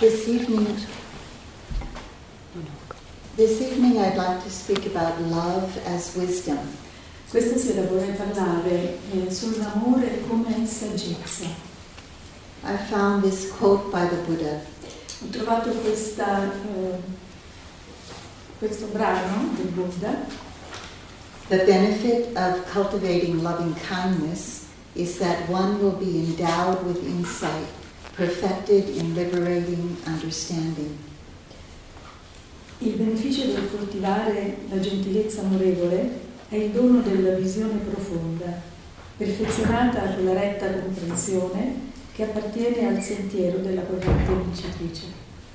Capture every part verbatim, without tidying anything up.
This evening, this evening I'd like to speak about love as wisdom. Questa sera vorrei parlare eh, sull'amore come saggezza. I found this quote by the Buddha. Ho trovato questa, eh, questo brano del Buddha. The benefit of cultivating loving kindness is that one will be endowed with insight, perfected in liberating understanding. Il beneficio del coltivare la gentilezza amorevole è il dono della visione profonda, perfezionata con la retta comprensione che appartiene al sentiero della corrente vincitrice.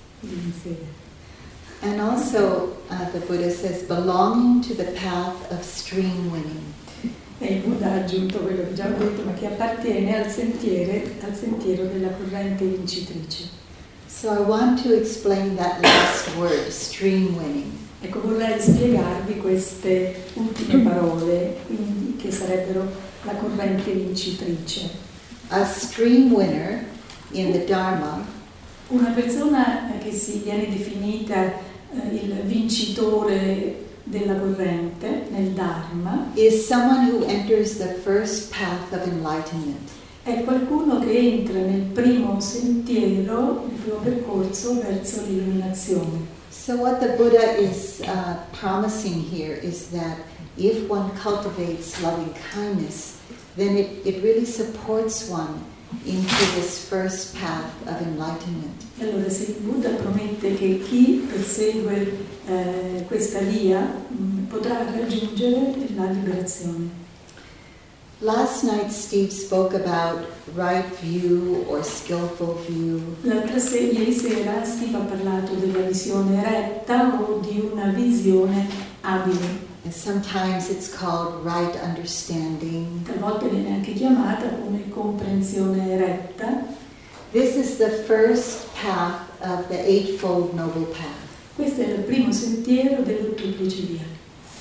And also, uh, the Buddha says, belonging to the path of stream winning. E il Buddha ha aggiunto quello che già ho detto, ma che appartiene al sentiero, al sentiero della corrente vincitrice. So I want to explain that last word, stream winning. Ecco, vorrei spiegarvi queste ultime parole, quindi, che sarebbero la corrente vincitrice. A stream winner in the Dharma, una persona che si viene definita eh, il vincitore della corrente nel Dharma, is someone who enters the first path of enlightenment. È qualcuno che entra nel primo sentiero, nel primo percorso verso l'illuminazione. So what the Buddha is uh, promising here is that if one cultivates loving kindness, then it, it really supports one into this first path of enlightenment. Allora, se il Buddha promette che chi persegue eh, questa via mh, potrà raggiungere la liberazione. Last night Steve spoke about right view or skillful view. L'altra sera, ieri sera, Steve ha parlato della visione retta o di una visione abile. And sometimes it's called right understanding. Talvolta viene anche chiamata come comprensione retta. This is the first path of the Eightfold Noble Path. Questo è il primo sentiero dell'ottuplice via.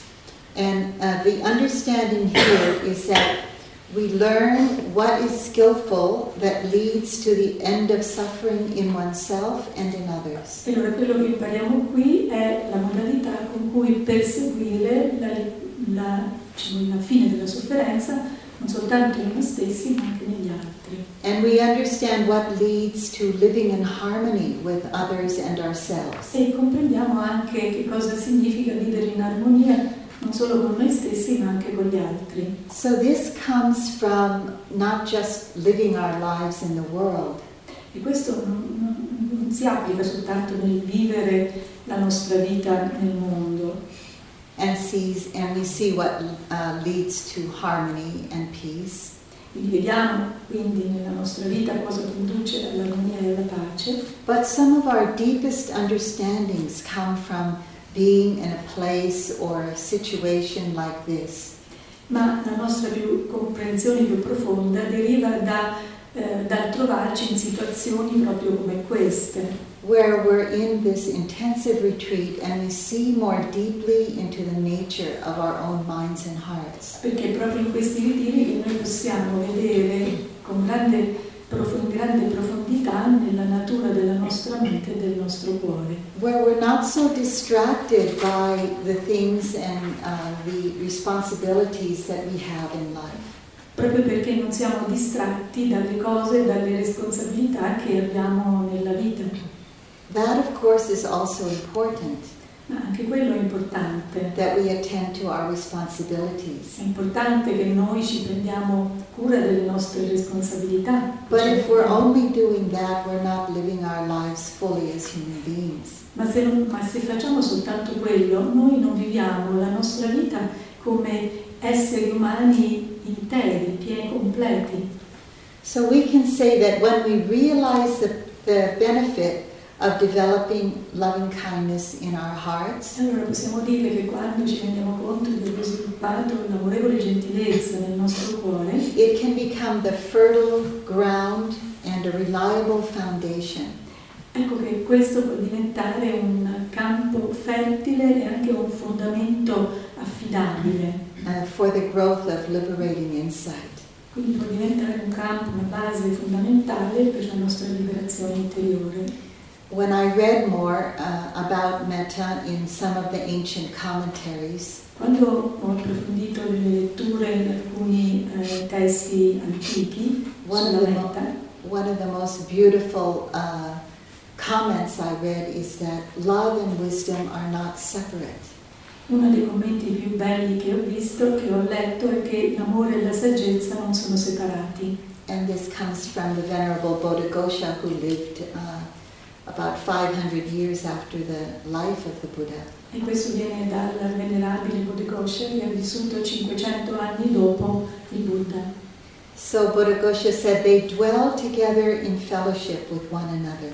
And uh, the understanding here is that we learn what is skillful that leads to the end of suffering in oneself and in others. E allora quello che impariamo qui è la modalità con cui perseguire la, la, diciamo, la fine della sofferenza non soltanto in noi stessi ma anche negli altri. And we understand what leads to living in harmony with others and ourselves. E comprendiamo anche che cosa significa vivere in armonia non solo con noi stessi ma anche con gli altri. So this comes from not just living our lives in the world. E questo non, non, non si applica soltanto nel vivere la nostra vita nel mondo. And sees and we see what uh, leads to harmony and peace. Quindi vediamo quindi nella nostra vita cosa conduce all'armonia e alla pace. But some of our deepest understandings come from being in a place or a situation like this. Ma la nostra più comprensione più profonda deriva da, eh, dal trovarci in situazioni proprio come queste. Where we're in this intensive retreat and we see more deeply into the nature of our own minds and hearts. Perché proprio in questi ritiri che noi possiamo vedere con grande, prof- grande profondità nella natura della nostra mente e del nostro cuore. Where we're not so distracted by the things and uh, the responsibilities that we have in life. Proprio perché non siamo distratti dalle cose e dalle responsabilità che abbiamo nella vita. That, of course, is also important. Ma anche quello è importante. That we attend to our responsibilities. È importante che noi ci prendiamo cura delle nostre responsabilità. But if we're only doing that, we're not living our lives fully as human beings. Ma se, ma se facciamo soltanto quello, noi non viviamo la nostra vita come esseri umani interi, pieni, completi. So we can say that when we realize the, the benefit of developing loving kindness in our hearts, allora possiamo dire che quando ci rendiamo conto di aver sviluppato l'amorevole gentilezza nel nostro cuore, it can become the fertile ground and a reliable foundation. Ecco che questo può diventare un campo fertile e anche un fondamento affidabile. Uh, for the growth of liberating insight. Quindi può diventare un campo, una base fondamentale per la nostra liberazione interiore. when I read more uh, about metta in some of the ancient commentaries, quando ho approfondito le letture in alcuni eh, testi antichi one sulla of, the metta, mo- one of the most beautiful uh, comments I read is that love and wisdom are not separate. uno dei commenti più belli che ho visto, che ho letto, è che l'amore e la saggezza non sono separati. And this comes from the Venerable Bodhigosha, who lived uh, about five hundred years after the life of the Buddha. E questo viene dal venerabile Bodhigosha, che ha vissuto cinquecento anni dopo il Buddha. So Bodhigosha said they dwell together in fellowship with one another.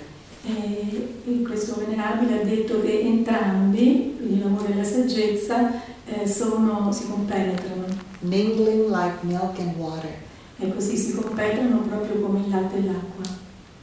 E questo venerabile ha detto che entrambi, quindi l'amore e la saggezza, eh, sono, si compenetrano. Mingling like milk and water. E così si compenetrano proprio come il latte e l'acqua.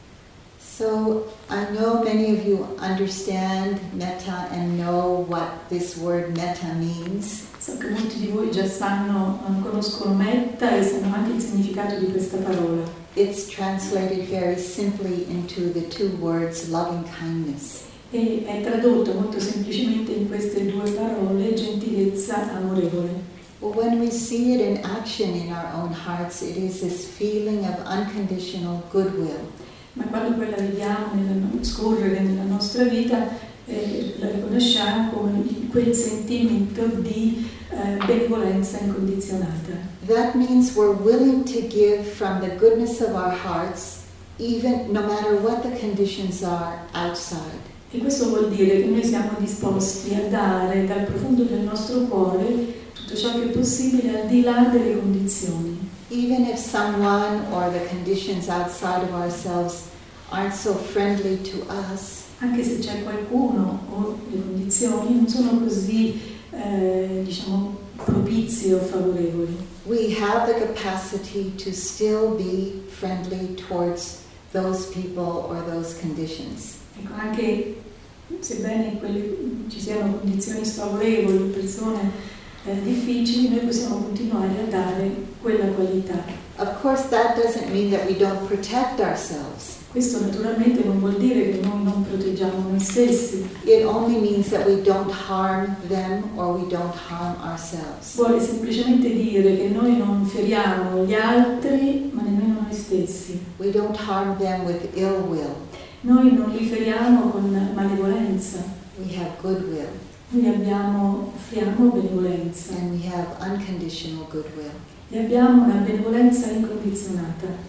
So I know many of you understand metta and know what this word metta means. So che molti di voi già sanno, conoscono metta e sanno anche il significato di questa parola. It's translated very simply into the two words loving kindness. E è tradotto molto semplicemente in queste due parole, gentilezza amorevole. Well, when we see it in action in our own hearts, it is this feeling of unconditional goodwill. Ma quando poi la vediamo nella, scorrere nella nostra vita, eh, la riconosciamo come quel sentimento di eh, benevolenza incondizionata. That means we're willing to give from the goodness of our hearts, even no matter what the conditions are outside. E questo vuol dire che noi siamo disposti a dare dal profondo del nostro cuore tutto ciò che è possibile al di là delle condizioni. Even if someone or the conditions outside of ourselves aren't so friendly to us, Anche se c'è qualcuno o le condizioni non sono così, eh, diciamo, propizie o favorevoli. we have the capacity to still be friendly towards those people or those conditions. Ecco, anche sebbene quelle, ci siano condizioni sfavorevoli, persone eh, difficili, noi possiamo continuare a dare quella qualità. Of course, that doesn't mean that we don't protect ourselves. Questo naturalmente non vuol dire che noi non proteggiamo noi stessi, It only means that we don't harm them or we don't harm ourselves. vuole semplicemente dire che noi non feriamo gli altri, ma nemmeno noi stessi. We don't harm them with ill will. Noi non li feriamo con malevolenza, We have goodwill noi abbiamo, offriamo benevolenza and we have unconditional goodwill. e abbiamo una benevolenza incondizionata.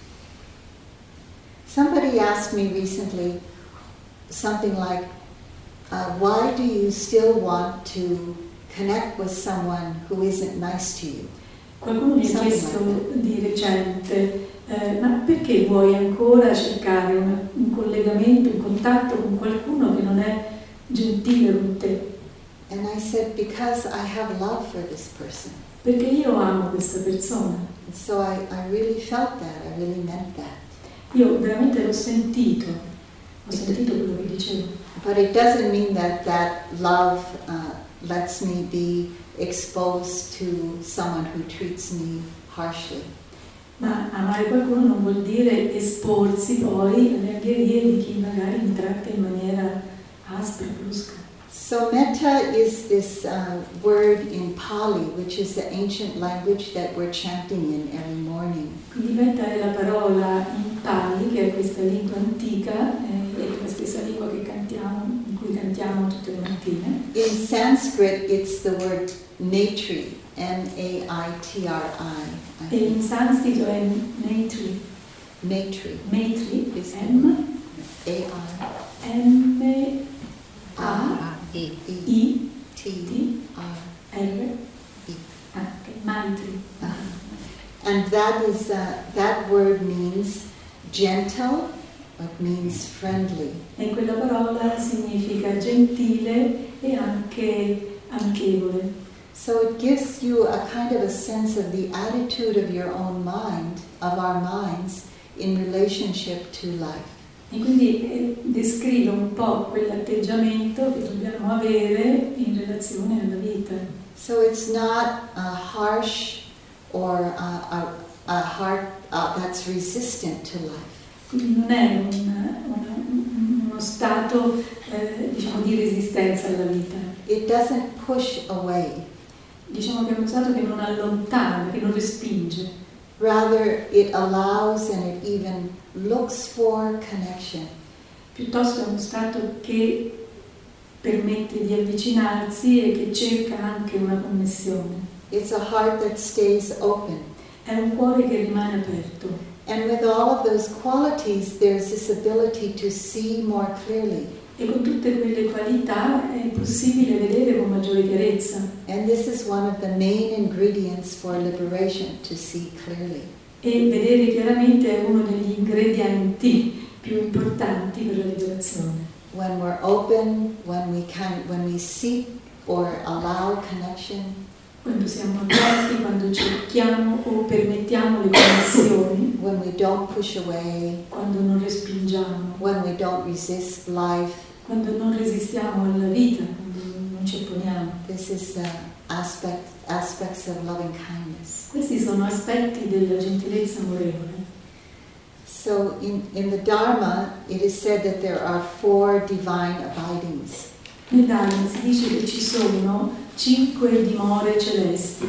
Somebody asked me recently something like, uh, why do you still want to connect with someone who isn't nice to you? Qualcuno mi ha Something chiesto like di recente, eh, ma perché vuoi ancora cercare un, un collegamento, un contatto con qualcuno che non è gentile con te? And I said, because I have love for this person. Perché io amo questa persona. And so I, I really felt that, I really meant that. Io veramente l'ho sentito, ho sentito quello che dicevo. But it doesn't mean that that love uh, lets me be exposed to someone who treats me harshly. Ma amare qualcuno non vuol dire esporsi poi alle angherie di chi magari mi tratta in maniera aspra, brusca. So metta is this uh, word in Pali, which is the ancient language that we're chanting in every morning. Quindi metta è la parola in Pali, che è questa lingua antica, eh, è la stessa lingua che cantiamo, in cui cantiamo tutte le mattine. In Sanskrit, it's the word Maitri, M A I T R I. E in sanscrito è Maitri, Maitri, Maitri, Is- M, A M, A, I E I, T T, R. R, ah, ok, Maitri. And that is uh, that word means gentle, it means friendly. E quella parola significa gentile e anche amichevole. So it gives you a kind of a sense of the attitude of your own mind, of our minds, in relationship to life. E quindi eh, descrive un po' quell'atteggiamento che dobbiamo avere in relazione alla vita. So it's not a harsh or a, a, a heart uh, that's resistant to life. Quindi non è un, una- uno stato eh, diciamo di resistenza alla vita. It doesn't push away. Diciamo che è uno stato che non allontana, che non respinge. Rather, it allows and it even looks for connection. Piuttosto è uno stato che permette di avvicinarsi e che cerca anche una connessione. It's a heart that stays open. È un cuore che rimane aperto. And with all of those qualities, there's this ability to see more clearly. E con tutte quelle qualità è possibile vedere con maggiore chiarezza. And this is one of the main ingredients for liberation, to see clearly. E vedere chiaramente è uno degli ingredienti più importanti per la liberazione. When we're open, when we can, when we seek or allow connection, Quando siamo aperti, quando cerchiamo o permettiamo le connessioni, when we don't push away, quando non respingiamo, when we don't resist life, quando non resistiamo alla vita, quando non ci opponiamo. this is the aspect, aspects of loving kindness. Questi sono aspetti della gentilezza amorevole. So in, in the Dharma, it is said that there are four divine abidings. Nel Dharma si dice che ci sono cinque dimore celesti.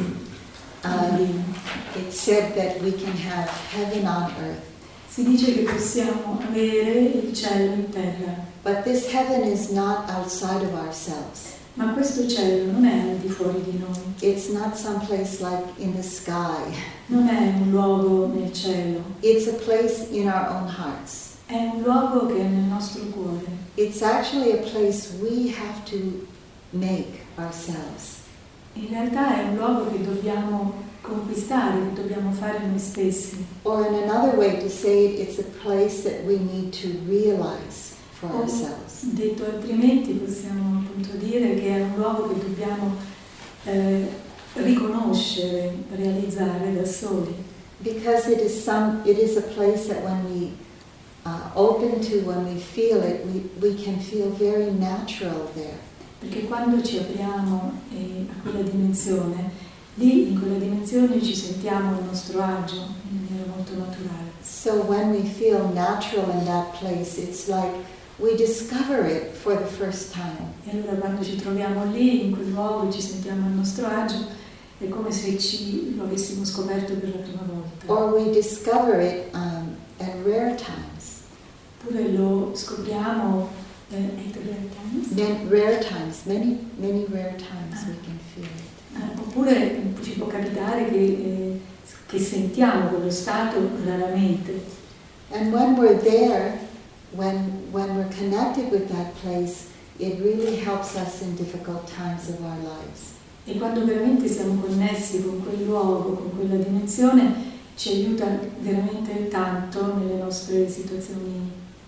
Um, it's said that we can have heaven on earth. Si dice che possiamo avere il cielo in terra. But this heaven is not outside of ourselves. Ma questo cielo non è al di fuori di noi. It's not someplace like in the sky. Non è un luogo nel cielo. It's a place in our own hearts. È un luogo che è nel nostro cuore. It's actually a place we have to make ourselves. In realtà è un luogo che dobbiamo conquistare, che dobbiamo fare noi stessi. Or in another way to say it, it's a place that we need to realize for O, ourselves. detto altrimenti possiamo appunto dire che è un luogo che dobbiamo eh, riconoscere, realizzare da soli. Because it is some, it is a place that when we uh, open to, when we feel it, we, we can feel very natural there. Perché quando ci apriamo eh, a quella dimensione, lì in quella dimensione ci sentiamo a nostro agio in maniera molto naturale. So when we feel natural in that place, it's like we discover it for the first time. E allora quando ci troviamo lì, in quel luogo, ci sentiamo a nostro agio, è come se ci lo avessimo scoperto per la prima volta. Or we discover it um, at rare times. Oppure lo scopriamo eh, at rare times. Then rare times, many, many rare times we can feel it. Eh, oppure ci può capitare che, eh, che sentiamo quello stato raramente. And when we're there, when, when we're connected with that place, it really helps us in difficult times of our lives. E quando veramente siamo connessi con quel luogo, con quella dimensione, ci aiuta veramente tanto nelle nostre situazioni.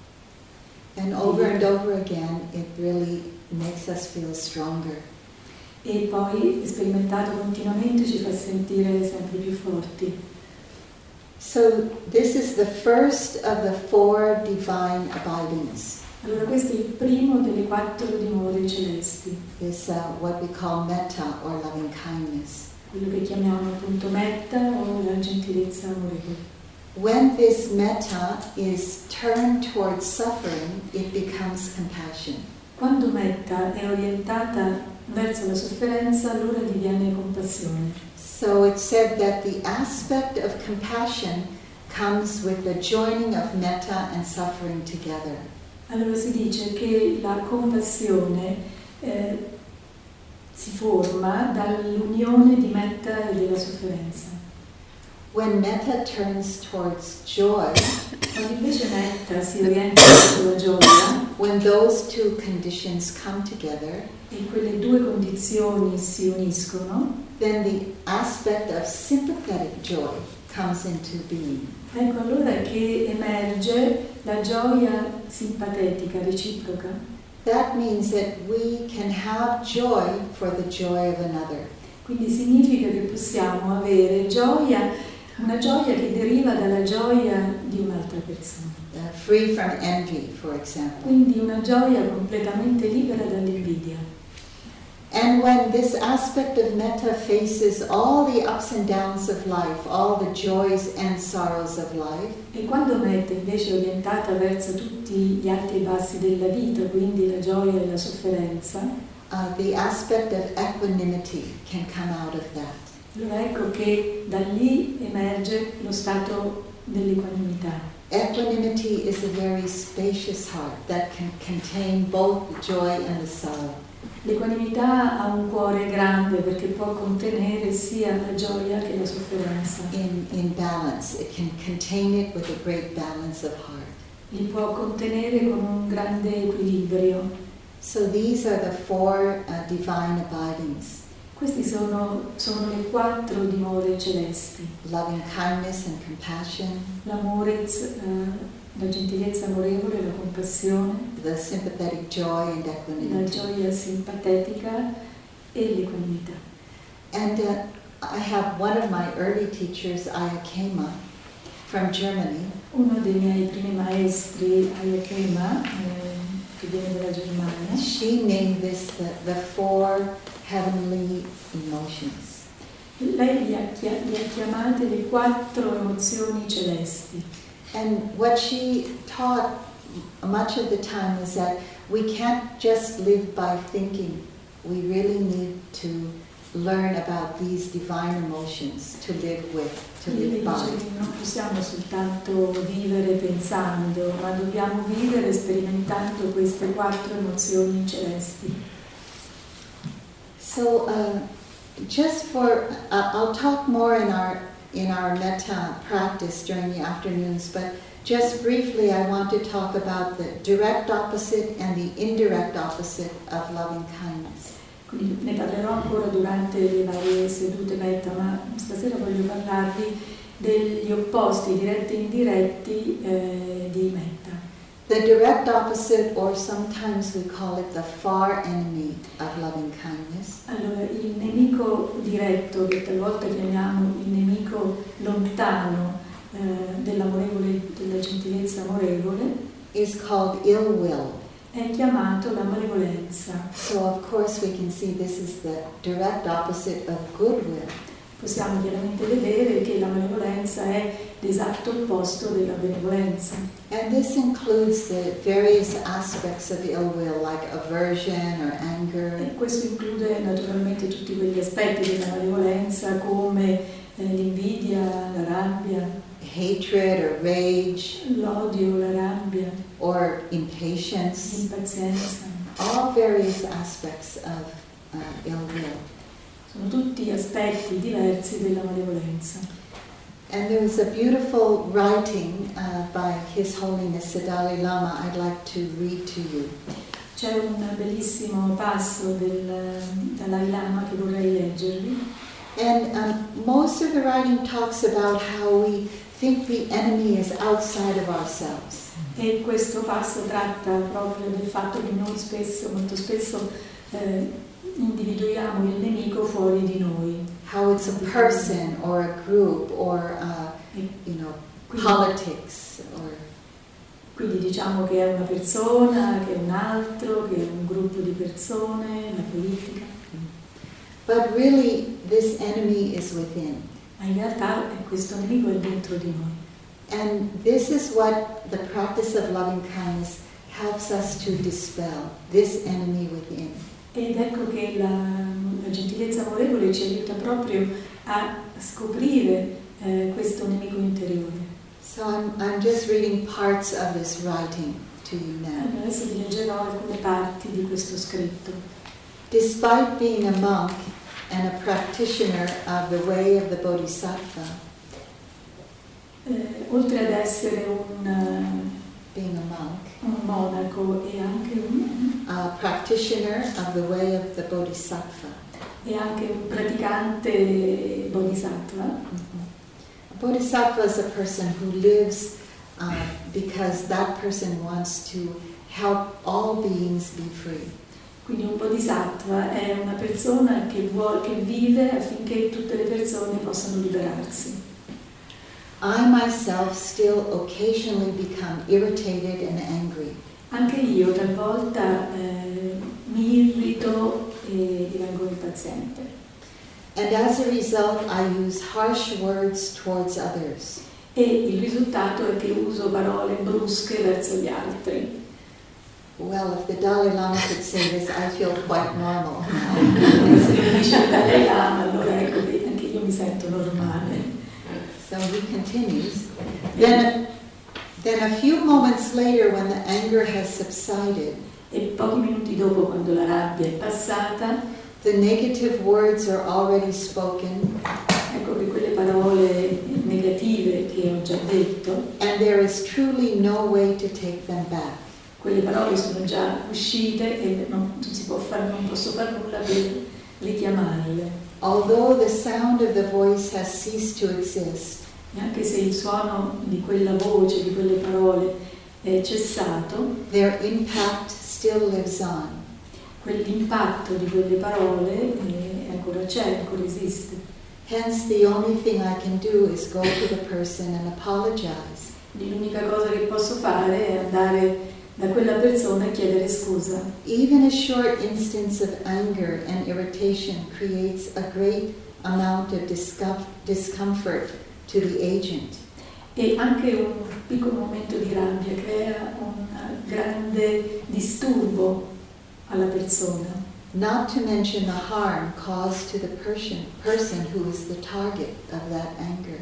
And over and over again, it really makes us feel stronger. E poi, sperimentato continuamente, ci fa sentire sempre più forti. So this is the first of the four divine abidings. Allora questo è il primo delle quattro dimore celesti, Is uh, what we call metta or loving kindness. quello che chiamiamo appunto metta o la gentilezza amorevole. When this metta is turned towards suffering, it becomes compassion. Quando metta è orientata verso la sofferenza, allora diviene compassione. So it's said that the aspect of compassion comes with the joining of metta and suffering together. Allora si dice che la compassione eh, si forma dall'unione di metta e della sofferenza. When metta turns towards joy, Quando invece metta si orienta verso la gioia, when those two conditions come together, e quelle due condizioni si uniscono, then the aspect of sympathetic joy comes into being. ecco allora che emerge la gioia simpatetica, reciproca. That means that we can have joy for the joy of another. Quindi significa che possiamo avere gioia, una gioia che deriva dalla gioia di un'altra persona. Uh, free from envy, for example. Quindi una gioia completamente libera dall'invidia. And when this aspect of metta faces all the ups and downs of life, all the joys and sorrows of life, E quando metta invece è orientata verso tutti gli alti e bassi della vita, quindi la gioia e la sofferenza, uh, the aspect of equanimity can come out of that. allora ecco che da lì emerge lo stato dell'equanimità. Equanimity is a very spacious heart that can contain both the joy and the sorrow. L'equanimità ha un cuore grande perché può contenere sia la gioia che la sofferenza. In, in balance, it can contain it with a great balance of heart. Li può contenere con un grande equilibrio. So these are the four uh, divine abidings. Questi sono, sono le quattro dimore celesti. Loving kindness and compassion, L'amore, eh, la gentilezza amorevole, la compassione, the sympathetic joy and la equanimity. gioia simpatetica e l'equanimità. And uh, I have one of my early teachers, Aya Kema, from Germany. Uno dei miei primi maestri, Aya Kema, eh, che viene dalla Germania, She named this the, the four heavenly emotions. lei li ha, chia- li ha chiamate le quattro emozioni celesti. And what she taught much of the time was that we can't just live by thinking. We really need to learn about these divine emotions to live with, to Quindi live dice by. che non possiamo soltanto vivere pensando, ma dobbiamo vivere sperimentando queste quattro emozioni celesti. So, uh, just for, uh, I'll talk more in our in our metta practice during the afternoons, but just briefly I want to talk about the direct opposite and the indirect opposite of loving kindness. Quindi ne parlerò ancora durante le varie sedute metta, ma stasera voglio parlarvi degli opposti diretti e indiretti eh, di metta. The direct opposite, or sometimes we call it the far enemy of loving kindness, Allora, il nemico diretto, che talvolta chiamiamo il nemico lontano eh, dell'amorevole, della gentilezza amorevole, is called ill will. è chiamato la malevolenza. So of course we can see this is the direct opposite of goodwill. Possiamo chiaramente vedere che la malevolenza è l'esatto opposto della benevolenza. And this includes the various aspects of ill will, like aversion or anger, E questo include naturalmente tutti quegli aspetti della malevolenza come eh, l'invidia, la rabbia, hatred or rage, l'odio, la rabbia, or impatience, l'impazienza. all various aspects of uh, ill will. Sono tutti aspetti diversi della malevolenza. And there was a beautiful writing uh, by His Holiness the Dalai Lama I'd like to read to you. C'è un bellissimo passo del Dalai Lama che vorrei leggervi. And um, most of the writing talks about how we think the enemy is outside of ourselves. E questo passo tratta proprio del fatto che noi spesso, molto spesso, eh, individuiamo il nemico fuori di noi. How it's a person or a group or, uh, you know, politics or... Quindi diciamo che è una persona, che è un altro, che è un gruppo di persone, la politica. But really, this enemy is within. Ma in realtà questo nemico è dentro di noi. And this is what the practice of loving kindness helps us to dispel, this enemy within. Ed ecco che la, la gentilezza amorevole ci aiuta proprio a scoprire eh, questo nemico interiore. So I'm, I'm just reading parts of this writing to you now. Allora, adesso vi leggerò alcune parti di questo scritto. Despite being a monk and a practitioner of the way of the Bodhisattva, Eh, oltre ad essere un, uh, being a monk, un monaco e anche un, a practitioner of the way of the Bodhisattva. e anche un praticante bodhisattva. Mm-hmm. A Bodhisattva is a person who lives uh, because that person wants to help all beings be free. Quindi un bodhisattva è una persona che, vuole, che vive affinché tutte le persone possano liberarsi. I myself still occasionally become irritated and angry. Anche io talvolta eh, mi irrito e divengo impaziente. And as a result, I use harsh words towards others. E il risultato è che uso parole brusche verso gli altri. Well, if the Dalai Lama could say this, I feel quite normal now. Se lo dice il Dalai Lama, allora ecco che anche io mi sento normale. So he continues. Then, then a few moments later, when the anger has subsided, E pochi minuti dopo, quando la rabbia è passata, the negative words are already spoken, ecco che quelle parole negative che ho già detto, and there is truly no way to take them back. quelle parole sono già uscite e non, non si può fare, non posso fare nulla per richiamarle. Although the sound of the voice has ceased to exist, E anche se il suono di quella voce, di quelle parole è cessato, their impact still lives on. quell'impatto di quelle parole è ancora c'è, ancora esiste. Hence, the only thing I can do is go to the person and apologize. Quindi l'unica cosa che posso fare è andare da quella persona e chiedere scusa. Even a short instance of anger and irritation creates a great amount of discom- discomfort to the agent. E anche un piccolo momento di rabbia crea un grande disturbo alla persona. Not to mention the harm caused to the person, person who is the target of that anger.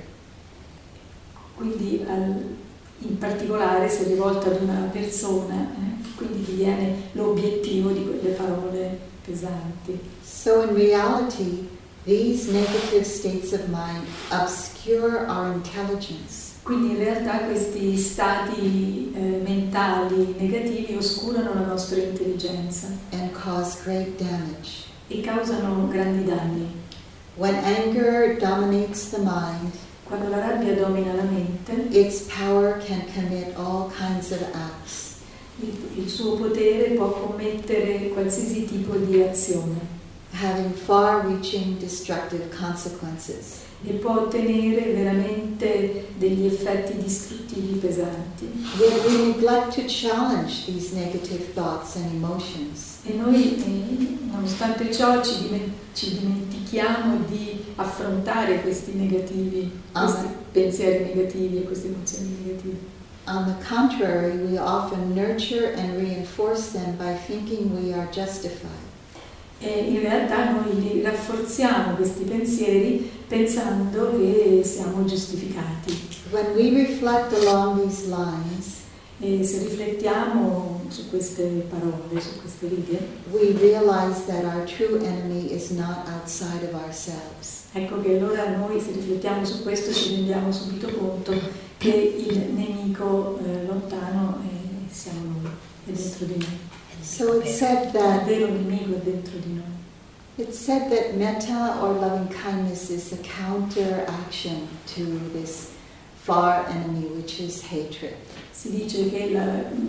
Quindi al, in particolare se rivolta ad una persona, eh, quindi diviene l'obiettivo di quelle parole pesanti. So in reality, these negative states of mind obscure our intelligence. Quindi in realtà questi stati eh, mentali negativi oscurano la nostra intelligenza And cause great damage. e causano grandi danni. When anger dominates the mind, Quando la rabbia domina la mente, its power can commit all kinds of acts. il, il suo potere può commettere qualsiasi tipo di azione Having far-reaching destructive consequences. e può ottenere veramente degli effetti distruttivi pesanti. Yet we neglect to challenge these negative thoughts and emotions. E noi, eh, nonostante ciò, ci, dimen- ci dimentichiamo di affrontare questi negativi, questi Ah. pensieri negativi e queste emozioni negative. On the contrary, we often nurture and reinforce them by thinking we are justified. E in realtà noi li rafforziamo questi pensieri pensando che siamo giustificati. When we reflect along these lines, E se riflettiamo su queste parole, su queste righe, we realize that our true enemy is not outside of ourselves. ecco che allora noi, se riflettiamo su questo, ci rendiamo subito conto che il nemico eh, lontano eh, siamo noi, è dentro di noi. So it's said Il that vero nemico è dentro di noi. it's said that metta or loving kindness is a counteraction to this far enemy, which is hatred. Si dice che la,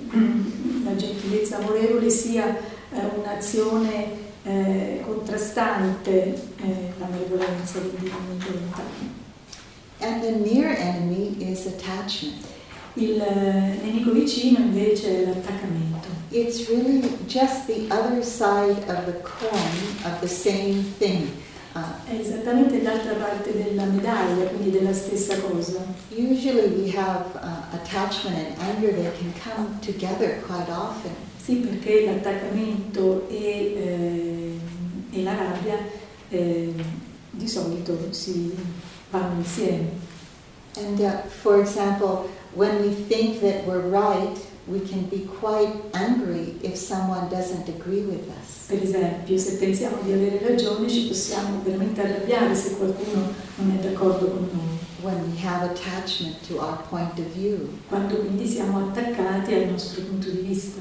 la gentilezza amorevole sia eh, un'azione eh, contrastante eh, la malevolenza, quindi la malevolenza. And the near enemy is attachment. Il eh, nemico vicino invece è l'attaccamento. It's really just the other side of the coin of the same thing. Uh, È esattamente l'altra parte della medaglia, quindi della stessa cosa. usually we have uh, attachment and anger, they can come together quite often. Sì, perché l'attaccamento e, eh, e la rabbia eh, di solito si vanno insieme. And uh, for example, when we think that we're right, we can be quite angry if someone doesn't agree with us. Per esempio, se pensiamo di avere ragione, ci possiamo veramente arrabbiare se qualcuno non è d'accordo con noi. When we have attachment to our point of view. Quando quindi siamo attaccati al nostro punto di vista.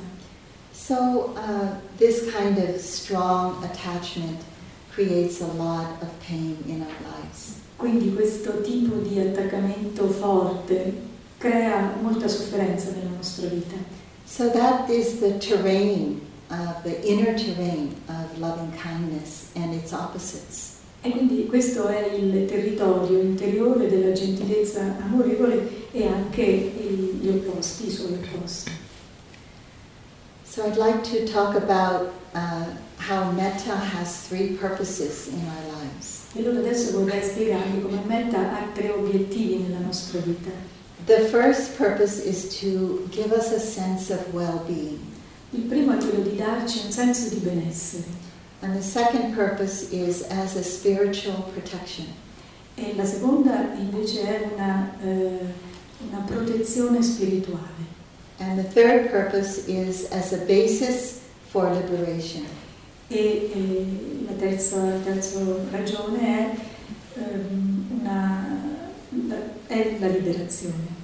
So uh, this kind of strong attachment creates a lot of pain in our lives. Quindi questo tipo di attaccamento forte crea molta sofferenza nella nostra vita. So that is the terrain, uh, the inner terrain of loving kindness and its opposites. E quindi questo è il territorio interiore della gentilezza amorevole e anche i- gli opposti, i suoi opposti. So I'd like to talk about uh, how metta has three purposes in our lives. E allora adesso vorrei spiegarvi come metta ha tre obiettivi nella nostra vita. The first purpose is to give us a sense of well-being. Il primo è quello di darci un senso di benessere. And the second purpose is as a spiritual protection. E la seconda invece è una, eh, una protezione spirituale. And the third purpose is as a basis for liberation. E, e la terza, terza ragione è, um, una, la, è la liberazione.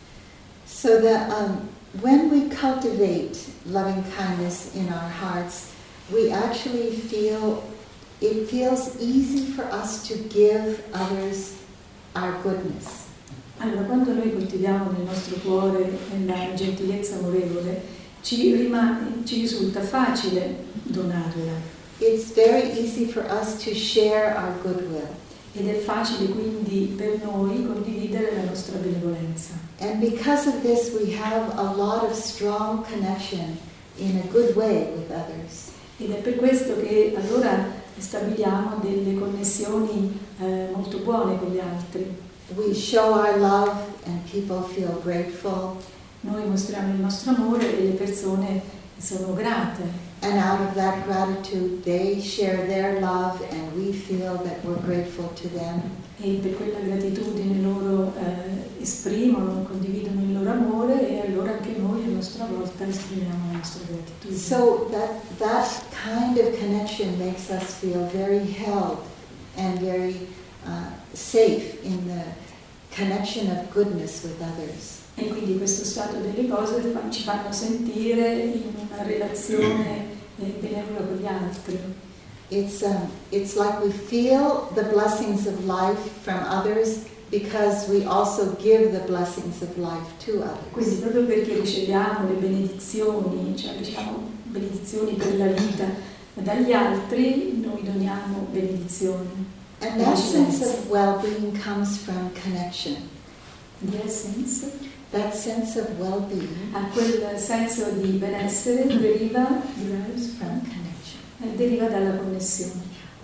So that um, when we cultivate loving kindness in our hearts, we actually feel, it feels easy for us to give others our goodness. Allora, quando noi coltiviamo nel nostro cuore la gentilezza amorevole, ci, rimane, ci risulta facile donarla. It's very easy for us to share our goodwill. Ed è facile quindi per noi condividere la nostra benevolenza. And because of this we have a lot of strong connection in a good way with others. Ed è per questo che allora stabiliamo delle connessioni eh, molto buone con gli altri. We show our love and people feel grateful. Noi mostriamo il nostro amore e le persone sono grate. And out of that gratitude they share their love and we feel that we're grateful to them. E per quella gratitudine loro eh, esprimono, condividono il loro amore e allora anche noi a nostra volta esprimiamo la nostra gratitudine. So that, that kind of connection makes us feel very held and very uh, safe in the connection of goodness with others. E quindi questo stato delle cose fa, ci fanno sentire in una relazione eh, benevola con gli altri. It's, um, it's like we feel the blessings of life from others because we also give the blessings of life to Quindi others. proprio perché riceviamo le benedizioni, cioè riceviamo benedizioni per la vita dagli altri, noi doniamo benedizioni. And that sense of well-being comes from connection. The essence, That sense of well-being a quel senso di benessere deriva, derives from from, connection. eh, deriva dalla connessione.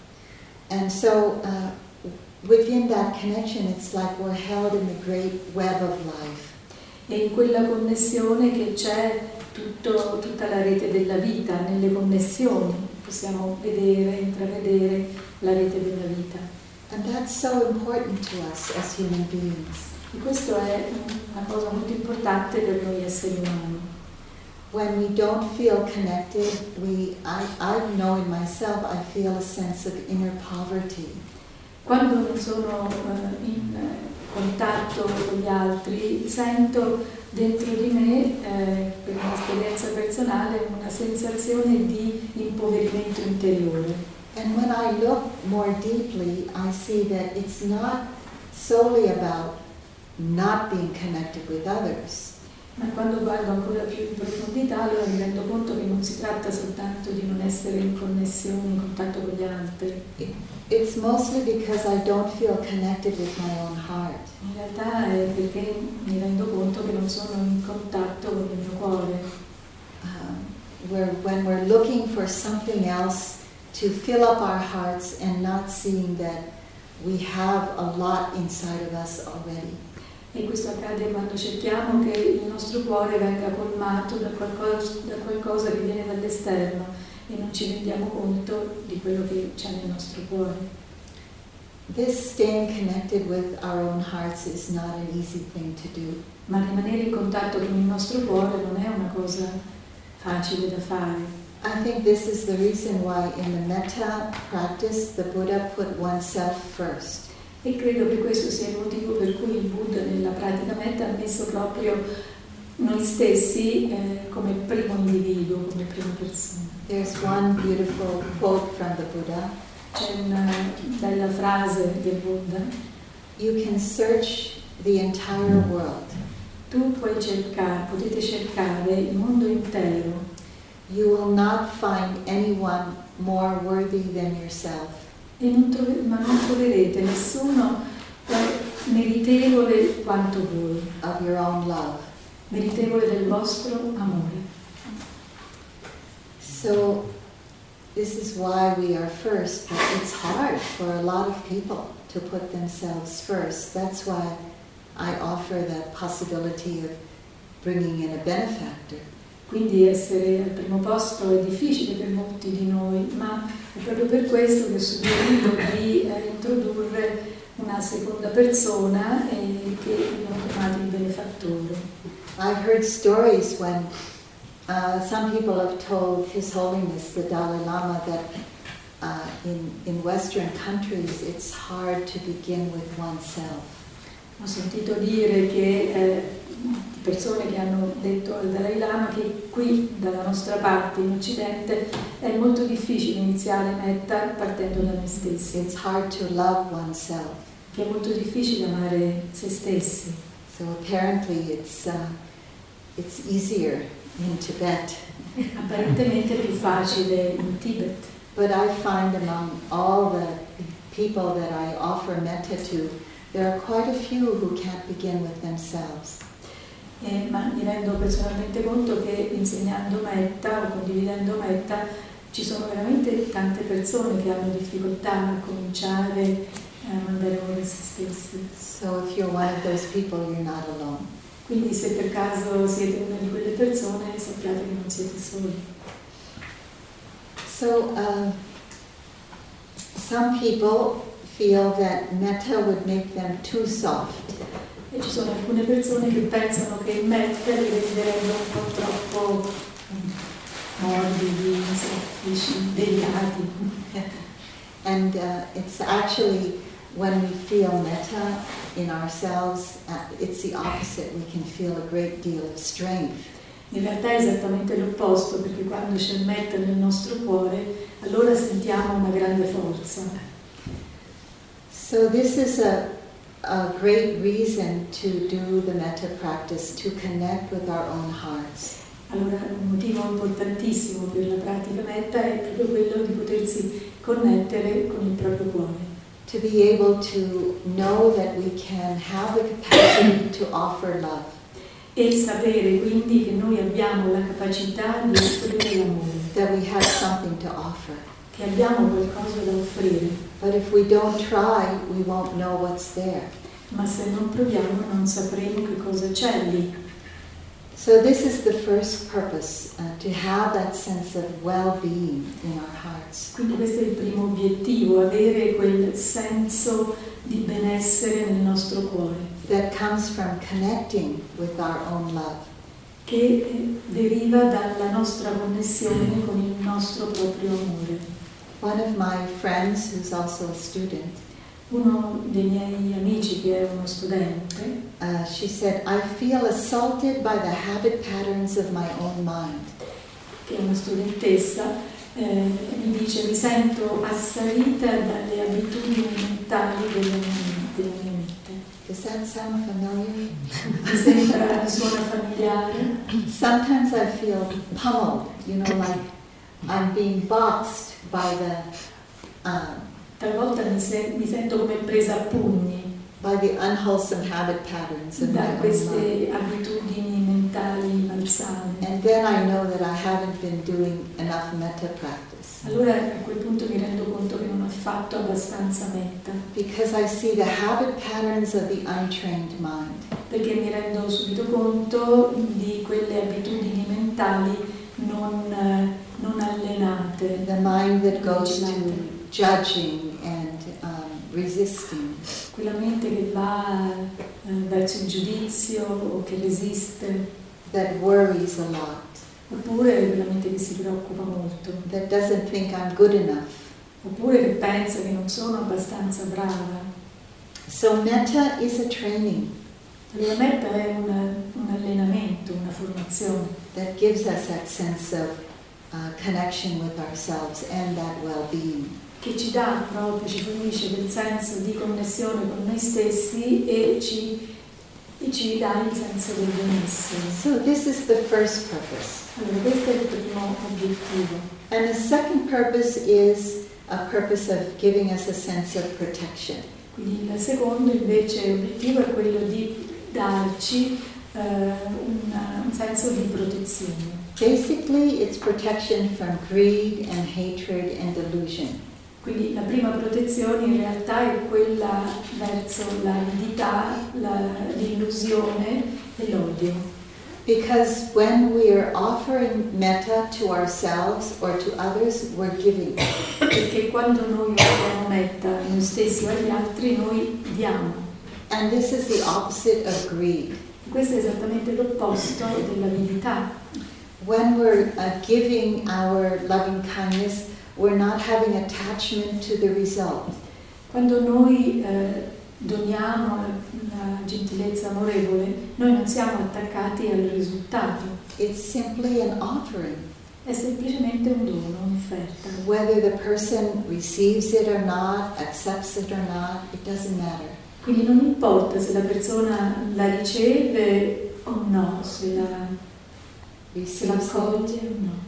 And so uh, within that connection it's like we're held in the great web of life. E in quella connessione che c'è tutto, tutta la rete della vita, nelle connessioni possiamo vedere, intravedere la rete della vita. And that's so important to us as human beings. E questo è una cosa molto importante per noi esseri umani. When we don't feel connected, we, I, I know in myself, I feel a sense of inner poverty. Quando non sono uh, in uh, contatto con gli altri, sento dentro di me, eh, per un'esperienza personale, una sensazione di impoverimento interiore. And when I look more deeply, I see that it's not solely about not being connected with others. Ma quando guardo ancora più in profondità, allora mi rendo conto che non si tratta soltanto di non essere in connessione, in contatto con gli altri. It, it's mostly because I don't feel connected with my own heart. In realtà è perché mi rendo conto che non sono in contatto con il mio cuore. Um, where when we're looking for something else to fill up our hearts and not seeing that we have a lot inside of us already. E questo accade quando cerchiamo che il nostro cuore venga colmato da qualcosa, da qualcosa che viene dall'esterno e non ci rendiamo conto di quello che c'è nel nostro cuore. This staying connected with our own hearts is not an easy thing to do. Ma rimanere in contatto con il nostro cuore non è una cosa facile da fare. I think this is the reason why in the metta practice the Buddha put oneself first. E credo che questo sia il motivo per cui il Buddha nella pratica metta ha messo proprio noi stessi eh, come primo individuo, come prima persona. There's one beautiful quote from the Buddha. C'è una bella frase del Buddha. You can search the entire world. Tu puoi cercare, potete cercare il mondo intero. You will not find anyone more worthy than yourself. E non trove, ma non troverete nessuno meritevole quanto voi, of your own love. meritevole del vostro amore. So this is why we are first, but it's hard for a lot of people to put themselves first. That's why I offer the possibility of bringing in a benefactor. Quindi essere al primo posto è difficile per molti di noi, ma è proprio per questo che ho suggerito di eh, introdurre una seconda persona e che abbiamo chiamato il benefattore. I've heard stories when uh, some people have told His Holiness the Dalai Lama that uh, in, in Western countries it's hard to begin with oneself. Ho sentito dire che eh, persone che hanno detto al Dalai Lama che qui dalla nostra parte in Occidente è molto difficile iniziare metta partendo da noi stessi. It's hard to love oneself. Che è molto difficile amare se stessi. So apparently it's uh, it's easier in Tibet. Apparentemente è più facile in Tibet. But I find among all the people that I offer metta to, there are quite a few who can't begin with themselves. Eh, ma mi rendo personalmente conto che insegnando metta o condividendo metta ci sono veramente tante persone che hanno difficoltà a cominciare a mandare amore a se stessi. So if you're one of those people, you're not alone. Quindi se per caso siete una di quelle persone, sappiate che non siete soli. So uh, some people feel that metta would make them too soft. E ci sono alcune persone che pensano che il metta li renderebbe un po' troppo morbidi, soffici, delicati. And uh, it's actually when we feel metta in ourselves, uh, it's the opposite. We can feel a great deal of strength. In realtà è esattamente l'opposto, perché quando c'è il metta nel nostro cuore, allora sentiamo una grande forza. So this is a a great reason to do the metta practice, to connect with our own hearts. Allora, un motivo importantissimo per la pratica metta è proprio quello di potersi connettere con il proprio cuore. To be able to know that we can have the capacity to offer love. E sapere quindi che noi abbiamo la capacità di offrire l'amore. That we have something to offer. Che abbiamo qualcosa da offrire. But if we don't try, we won't know what's there. Ma se non proviamo non sapremo che cosa c'è lì. So this is the first purpose, uh, to have that sense of well-being in our hearts. Quindi questo è il primo obiettivo, avere quel senso di benessere nel nostro cuore. That comes from connecting with our own love. Che deriva dalla nostra connessione con il nostro proprio amore. One of my friends, who's also a student, uno dei miei amici che è uno studente, uh, she said, I feel assaulted by the habit patterns of my own mind. Che è una studentessa, eh, mi dice, mi sento assalita dalle abitudini mentali della mia, della mia mente. Does that sound familiar? Mi sembra, mi suona familiare. Sometimes I feel pummeled, you know, like I'm being boxed by the um, talvolta mi, se- mi sento come presa a pugni by the unwholesome habit patterns of da my own queste mind. abitudini mentali malsane. And then I know that I haven't been doing enough metta practice. Allora a quel punto mi rendo conto che non ho fatto abbastanza metta. Because I see the habit patterns of the untrained mind. Perché mi rendo subito conto di quelle abitudini mentali non, non allenate. The mind that goes to judging and um, resisting. Quella mente che va eh, verso il giudizio o che resiste. That worries a lot. Oppure quella mente che si preoccupa molto. That doesn't think I'm good enough. Oppure che pensa che non sono abbastanza brava. So metta is a training. La metta è una, un allenamento, una formazione. That gives us that sense of uh, connection with ourselves and that well-being. Che ci dà proprio, ci fornisce quel senso di connessione con noi stessi e ci, e ci dà il senso del benessere. So this is the first purpose. Allora questo è il primo obiettivo. And the second purpose is a purpose of giving us a sense of protection. Quindi il secondo invece obiettivo è quello di darci eh, una, un senso di protezione. Basically, it's protection from greed and hatred and delusion. Quindi la prima protezione in realtà è quella verso l'avidità, la, l'illusione e l'odio. Because when we are offering metta to ourselves or to others, we're giving. Perché quando noi offriamo metta a noi stessi o agli altri, noi diamo. And this is the opposite of greed. Questo è esattamente l'opposto dell'avidità. When we're uh, giving our loving kindness, we're not having attachment to the result. Quando noi eh, doniamo la, la gentilezza amorevole, noi non siamo attaccati al risultato. It's simply an offering. È semplicemente un dono, un'offerta. Whether the person receives it or not, accepts it or not, it doesn't matter. Quindi non importa se la persona la riceve o no, se la, se la accoglie o no.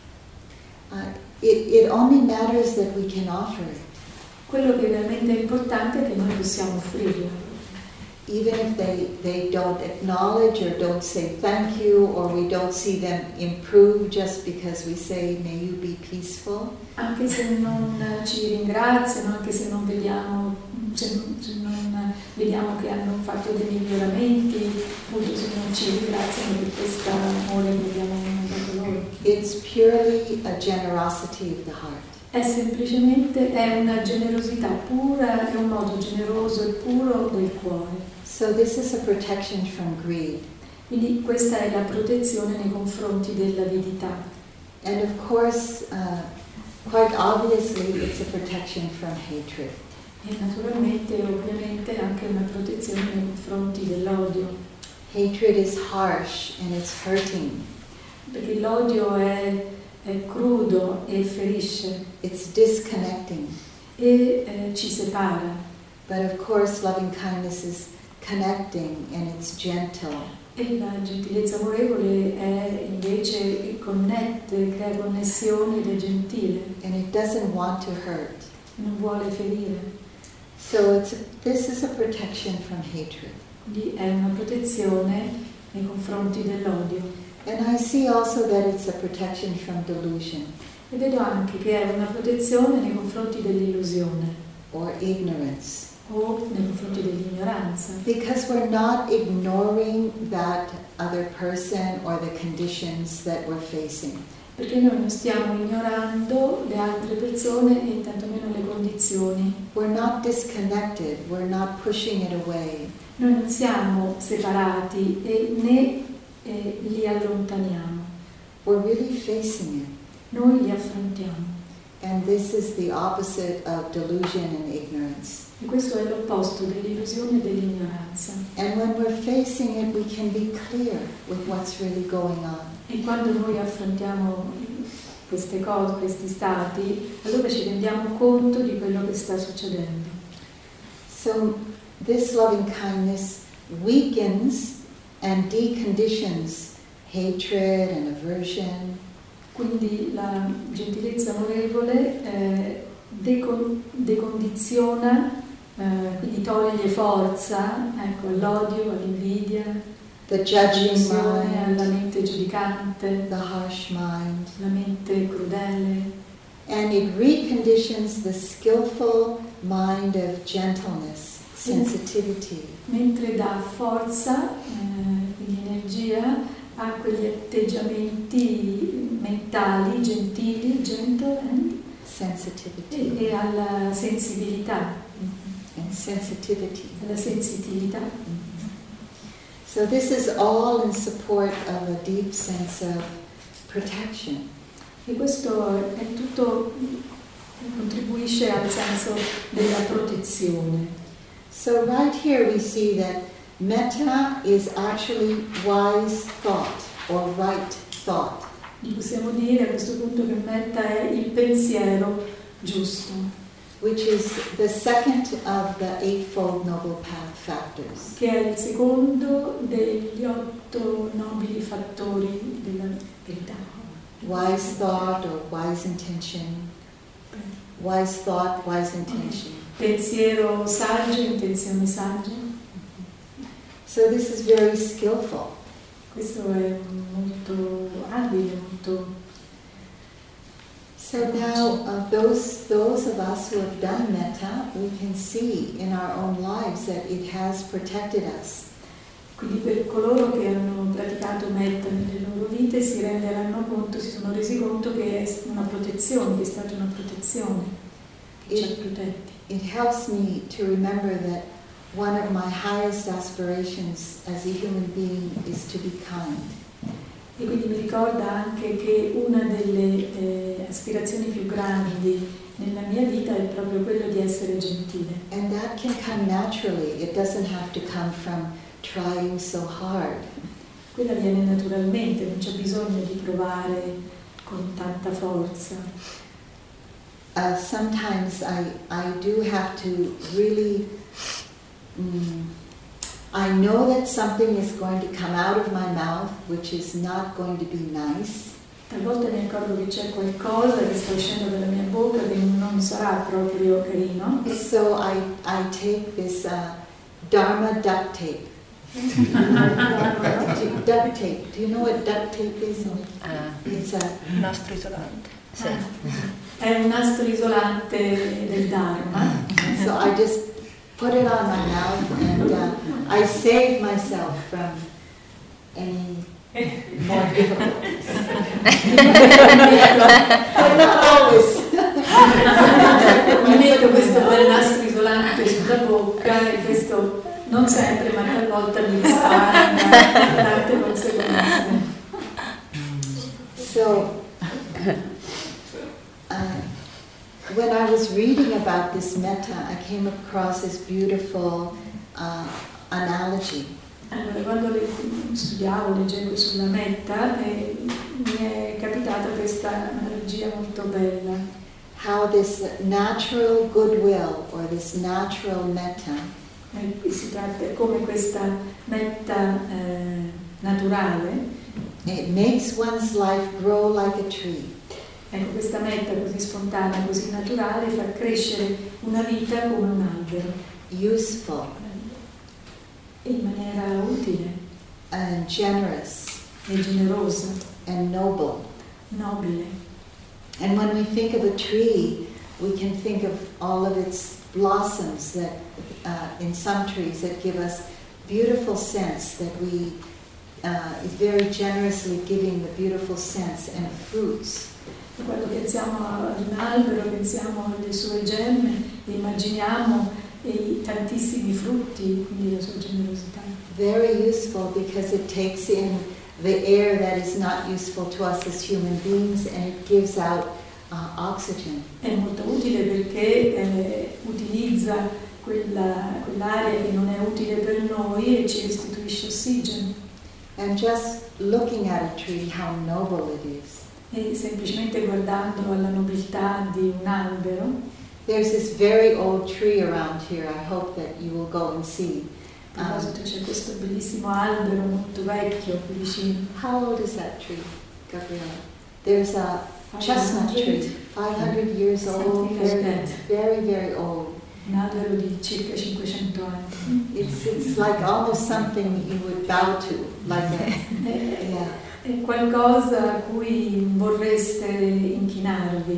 Uh, it, it only matters that we can offer it. Quello che veramente è importante è che noi possiamo offrirla. Even if they, they don't acknowledge or don't say thank you, or we don't see them improve just because we say may you be peaceful. Anche se non ci ringraziano, anche se non vediamo, se non, se non vediamo che hanno fatto dei miglioramenti, appunto se non ci ringraziano per questa amore che abbiamo mandato loro. It's purely a generosity of the heart. È semplicemente è una generosità pura, è un modo generoso e puro del cuore. So this is a protection from greed. Quindi questa è la protezione nei confronti dell'avidità. And of course, uh, quite obviously, it's a protection from hatred. E naturalmente, ovviamente, anche una protezione nei confronti dell'odio. Hatred is harsh and it's hurting. Perché l'odio è, è crudo e ferisce. It's disconnecting. E eh, ci separa. But of course, loving kindness is connecting and it's gentle. E la gentilezza amorevole è invece connette, crea connessioni ed è gentile. And it doesn't want to hurt. Non vuole ferire. So it's a, this is a protection from hatred. Quindi è una protezione nei confronti dell'odio. And I see also that it's a protection from delusion. E vedo anche che è una protezione nei confronti dell'illusione. Or ignorance. O nei confronti dell'ignoranza. Because we're not ignoring that other person or the conditions that we're facing. Perché noi non stiamo ignorando le altre persone e tantomeno le condizioni. We're not disconnected, we're not pushing it away. Noi non siamo separati e né eh, li allontaniamo. We're really facing it. Noi li affrontiamo. And this is the opposite of delusion and ignorance. E questo è l'opposto dell'illusione e dell'ignoranza. And when we're facing it, we can be clear with what's really going on. E quando noi affrontiamo queste cose, questi stati, allora ci rendiamo conto di quello che sta succedendo. So this loving kindness weakens and deconditions hatred and aversion. Quindi la gentilezza amorevole eh, decon- decondiziona, eh, quindi toglie forza, ecco, all'odio, all'invidia, The judging alla mind, mente giudicante, the harsh mind. la mente crudele. And it reconditions the skillful mind of gentleness, sensitivity. Mentre dà forza, eh, quindi energia, a quegli atteggiamenti mentali, gentili, gentle and Sensitivity. e, e alla sensibilità, And sensitivity. alla sensitività. So this is all in support of a deep sense of protection. E questo è tutto, contribuisce al senso della protezione. So right here we see that metta is actually wise thought or right thought. Possiamo dire a questo punto che metta è il pensiero giusto, which is the second of the Eightfold Noble Path factors. che è il secondo degli otto nobili fattori della verità. Wise thought or wise intention. Wise thought, wise intention. Pensiero saggio, intenzione saggia. So this is very skillful. Questo è molto abile, molto... So now, uh, those those of us who have done metta, we can see in our own lives that it has protected us. Quindi per coloro che hanno praticato metta nelle loro vite si renderanno conto, si sono resi conto che è una protezione, che è stata una protezione, che ci ha protetti. It helps me to remember that one of my highest aspirations as a human being is to be kind. E quindi mi ricorda anche che una delle eh, aspirazioni più grandi nella mia vita è proprio quello di essere gentile. And that can come naturally. It doesn't have to come from trying so hard. Quella viene naturalmente, non c'è bisogno di provare con tanta forza. Uh, sometimes I, I do have to really... Mm, I know that something is going to come out of my mouth which is not going to be nice. Talvolta mi accorgo che c'è qualcosa che sta uscendo dalla mia bocca che non sarà proprio carino. So I, I take this uh, Dharma duct tape. Duct tape. Do you know what duct tape is? Ah, It's a nastro isolante. Sì. Ah, è un nastro isolante del Dharma. So I just put it on my mouth and uh, I save myself from any more difficulties. But not always. Mi metto questo bel nastro isolante sulla bocca e questo non sempre, ma talvolta mi risparmia tante conseguenze. So, uh, when I was reading about this metta, I came across this beautiful uh, analogy. Allora, quando le, studiavo, leggevo sulla metta, eh, mi è capitata questa analogia molto bella. How this natural goodwill or this natural metta Eh, si tratta come questa metta eh, naturale. it makes one's life grow like a tree. Ecco, questa metta così spontanea, così naturale, fa crescere una vita come un albero. Useful E in maniera utile and generous e generosa, and noble. nobile. And when we think of a tree, we can think of all of its blossoms that, uh, in some trees, that give us beautiful scents, that we uh, is very generously giving the beautiful scents and fruits. E quando pensiamo ad un albero, pensiamo alle sue gemme e immaginiamo i tantissimi frutti, quindi la sua generosità. Very useful because it takes in the air that is not useful to us as human beings and it gives out uh, oxygen. È molto utile perché eh, utilizza quella, quell'aria che non è utile per noi e ci restituisce ossigeno. And just looking at a tree, how noble it is. E semplicemente guardando alla nobiltà di un albero, There's this very old tree around here. I hope that you will go and see. a proposito c'è questo bellissimo albero molto vecchio qui vicino. How old is that tree, Gabriella? There's a chestnut tree, five hundred years old, Something like very, that. very, very old. Un albero di circa cinquecento anni. It's it's like almost something you would bow to, like a È, yeah. è qualcosa a cui vorreste inchinarvi.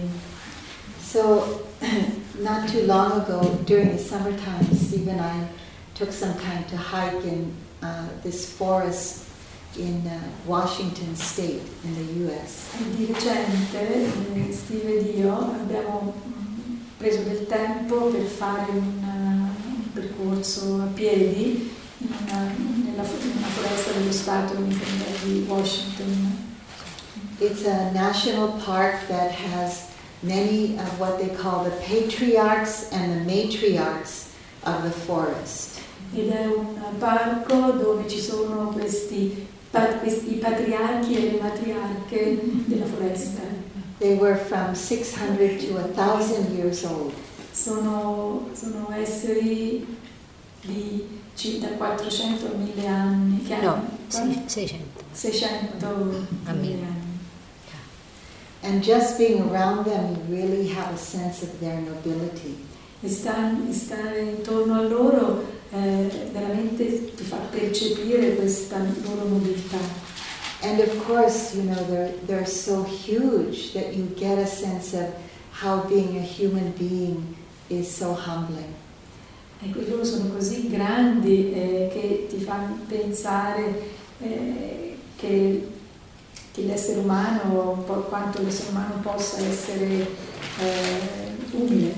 So, not too long ago, during the summertime, Steve and I took some time to hike in uh, this forest in uh, Washington State in the U S. E di recente eh, Steve ed io abbiamo mm, preso del tempo per fare un, uh, un percorso a piedi in una, nella, in una foresta dello stato, mi sembra, di Washington. It's a national park that has many of what they call the patriarchs and the matriarchs of the forest. Ed è un parco dove ci sono questi, pa- questi patriarchi e le matriarche della foresta. They were from six hundred to one thousand years old. Sono, sono esseri di circa quattrocento a mille anni. Che No, hanno, sì, seicento. seicento A mille mille. anni. And just being around them, you really have a sense of their nobility. E stare, stare intorno a loro eh, veramente ti fa percepire questa loro nobiltà. And of course, you know, they're, they're so huge that you get a sense of how being a human being is so humbling. Ecco, loro sono così grandi eh, che ti fanno pensare eh, che, che l'essere umano, un po' quanto l'essere umano possa essere eh, umile.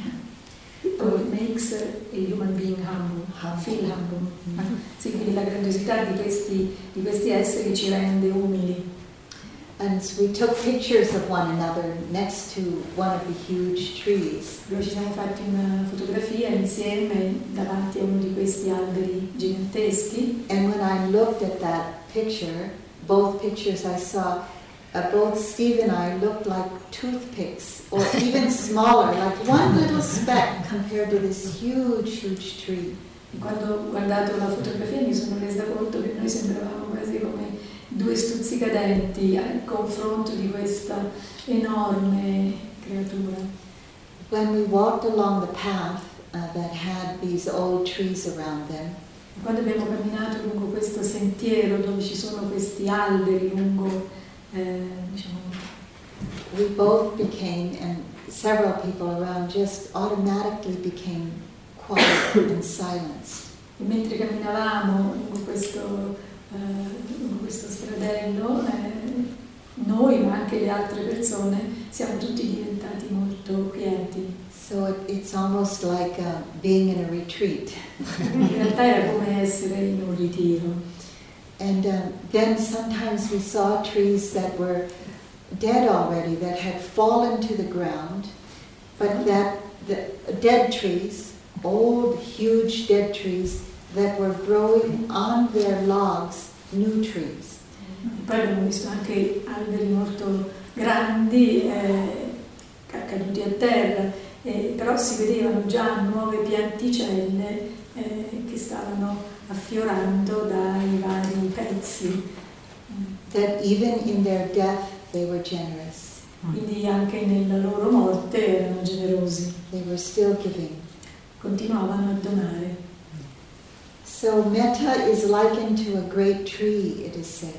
So it makes a human being humble, feel humble. Mm-hmm. Sì, quindi la grandiosità di questi, di questi esseri ci rende umili. And so we took pictures of one another next to one of the huge trees. Noi ci siamo fatti una fotografia insieme davanti a uno di questi alberi giganteschi. And when I looked at that picture, both pictures I saw, uh, both Steve and I looked like toothpicks, or even smaller, like one little speck compared to this huge, huge tree. E quando ho guardato la fotografia mi sono resa conto che noi sembravamo quasi come due stuzzicadenti al confronto di questa enorme creatura. When we walked along the path uh, that had these old trees around them, quando abbiamo camminato lungo questo sentiero dove ci sono questi alberi lungo, eh, diciamo, we both became, and several people around just automatically became quiet and silenced. E mentre camminavamo lungo questo Uh, lungo questo stradello, eh, noi ma anche le altre persone siamo tutti diventati molto quieti. So it, it's almost like uh, being in a retreat. In realtà era come essere in un ritiro. And um, then sometimes we saw trees that were dead already, that had fallen to the ground, but that the dead trees, old huge dead trees, that were growing on their logs new trees. Poi abbiamo visto anche alberi molto grandi eh, caduti a terra, eh, però si vedevano già nuove pianticelle eh, che stavano affiorando dai vari pezzi. That even in their death they were generous. Quindi anche nella loro morte erano generosi. They were still giving. Continuavano a donare. So metta is likened to a great tree, it is said.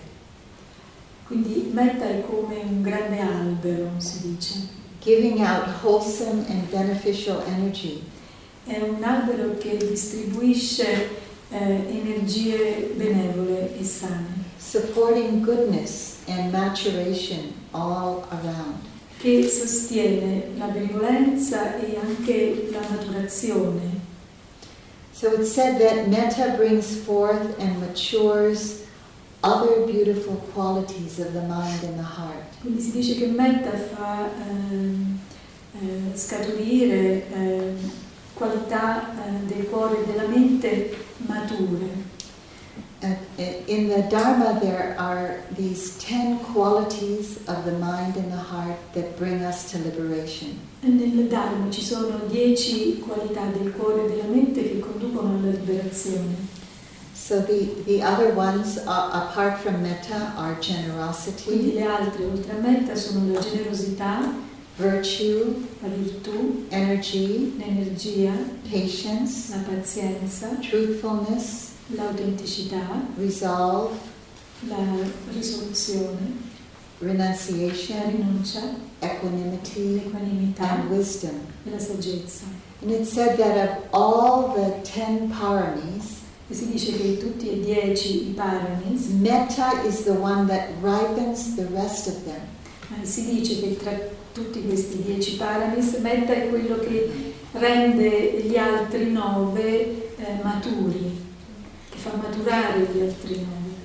Quindi metta è come un grande albero, si dice. Giving out wholesome and beneficial energy. È un albero che distribuisce eh, energie benevole e sane. Supporting goodness and maturation all around. Che sostiene la benevolenza e anche la maturazione. So it's said that metta brings forth and matures other beautiful qualities of the mind and the heart. Quindi si dice che metta fa ehm, eh, scaturire eh, qualità eh, del cuore e della mente mature. Uh, in the Dharma there are these ten qualities of the mind and the heart that bring us to liberation. E nel Dharma ci sono dieci qualità del cuore e della mente che conducono alla liberazione. So the, the other ones, uh, apart from metta, are Quindi generosity, le altre, oltre a metta, sono la generosità, virtue, la virtù, energy, l'energia, patience, la pazienza, truthfulness, l'autenticità, resolve, la risoluzione, la renunciation, rinuncia, equanimity, l'equanimità and wisdom. e la saggezza. And it's said that of all the ten paramis, E si dice che tutti e dieci i paramis, metta is the one that ripens the rest of them. eh, si dice che tra tutti questi dieci paramis, metta è quello che rende gli altri nove eh, maturi, che fa maturare gli altri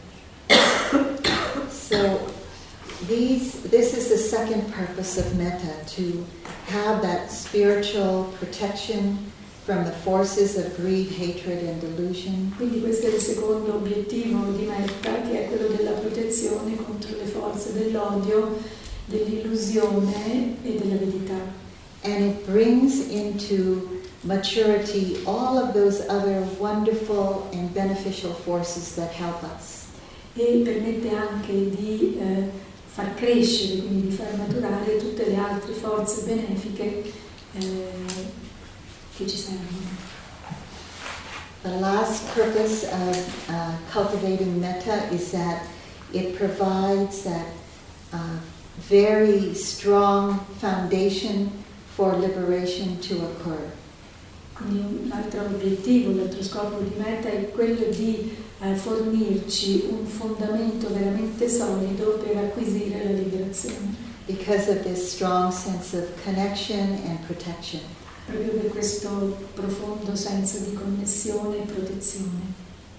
nove. So these, this is the second purpose of metta, to have that spiritual protection from the forces of greed, hatred, and delusion. Quindi questo è il secondo obiettivo di metta, che è quello della protezione contro le forze dell'odio, dell'illusione e dell'avidità. And it brings into maturity all of those other wonderful and beneficial forces that help us. E permette anche di eh, far crescere, quindi di far maturare tutte le altre forze benefiche eh, che ci servono. The last purpose of uh, cultivating metta is that it provides that uh, very strong foundation for liberation to occur. Quindi un altro obiettivo, un altro scopo di metta è quello di eh, fornirci un fondamento veramente solido per acquisire la liberazione. Because of this strong sense of connection and protection. Proprio per questo profondo senso di connessione e protezione.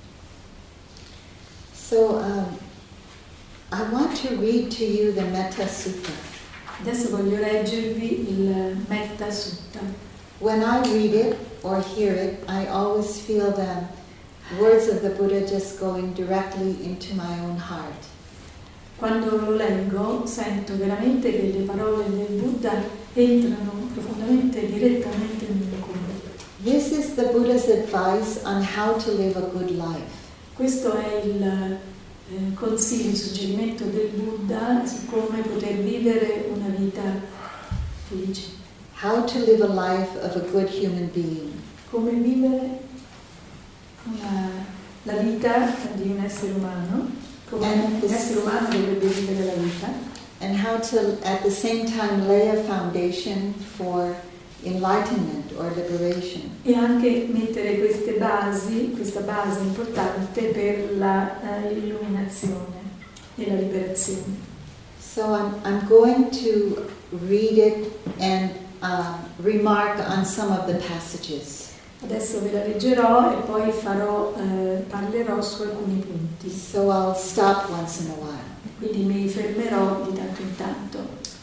So um, I want to read to you the Metta Sutta. Adesso voglio leggervi il Metta Sutta. When I read it or hear it, I always feel the words of the Buddha just going directly into my own heart. Quando lo leggo sento veramente che le parole del Buddha entrano profondamente, direttamente nel mio cuore. This is the Buddha's advice on how to live a good life. Questo è il eh, consiglio, il suggerimento del Buddha su come poter vivere una vita felice. How to live a life of a good human being. Come vivere una, la vita di un essere umano, come un essere umano dovrebbe vivere la vita. And how to, at the same time, lay a foundation for enlightenment or liberation. E anche mettere queste basi, questa base importante per la, uh, l'illuminazione e la liberazione. So I'm, I'm going to read it and uh, remark on some of the passages. Adesso ve la leggerò e poi farò, uh, parlerò su alcuni punti. So I'll stop once in a while. Quindi mi fermerò di tanto in tanto.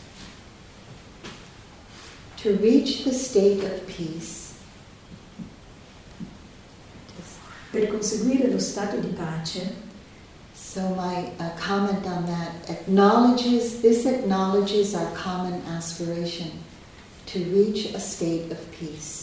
To reach the state of peace, Per conseguire lo stato di pace, so my uh, comment on that acknowledges, this acknowledges our common aspiration to reach a state of peace.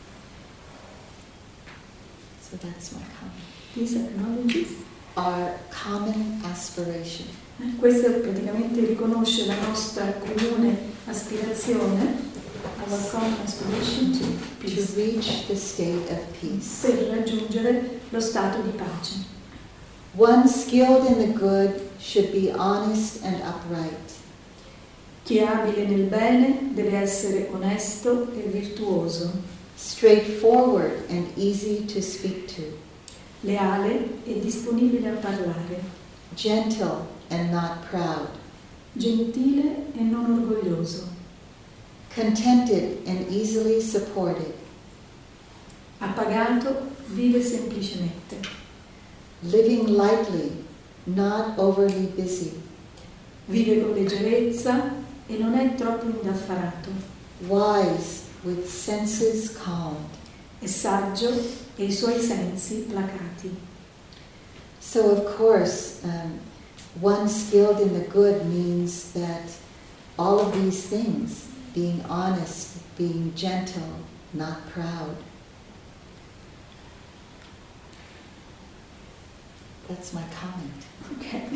So that's my comment. this acknowledges, Our common aspiration. questo praticamente riconosce la nostra comune aspirazione, our common aspiration to To peace, reach the state of peace. per raggiungere lo stato di pace. One skilled in the good should be honest and upright. Chi è abile nel bene deve essere onesto e virtuoso, Straightforward and easy to speak to. leale e disponibile a parlare, Gentle and not proud. gentile e non orgoglioso, Contented and easily supported. appagato, vive semplicemente, Living lightly, not overly busy. vive con leggerezza e non è troppo indaffarato, Wise with senses calmed. è saggio e i suoi sensi placati. So of course, um, one skilled in the good means that all of these things, being honest, being gentle, not proud. That's my comment. Okay.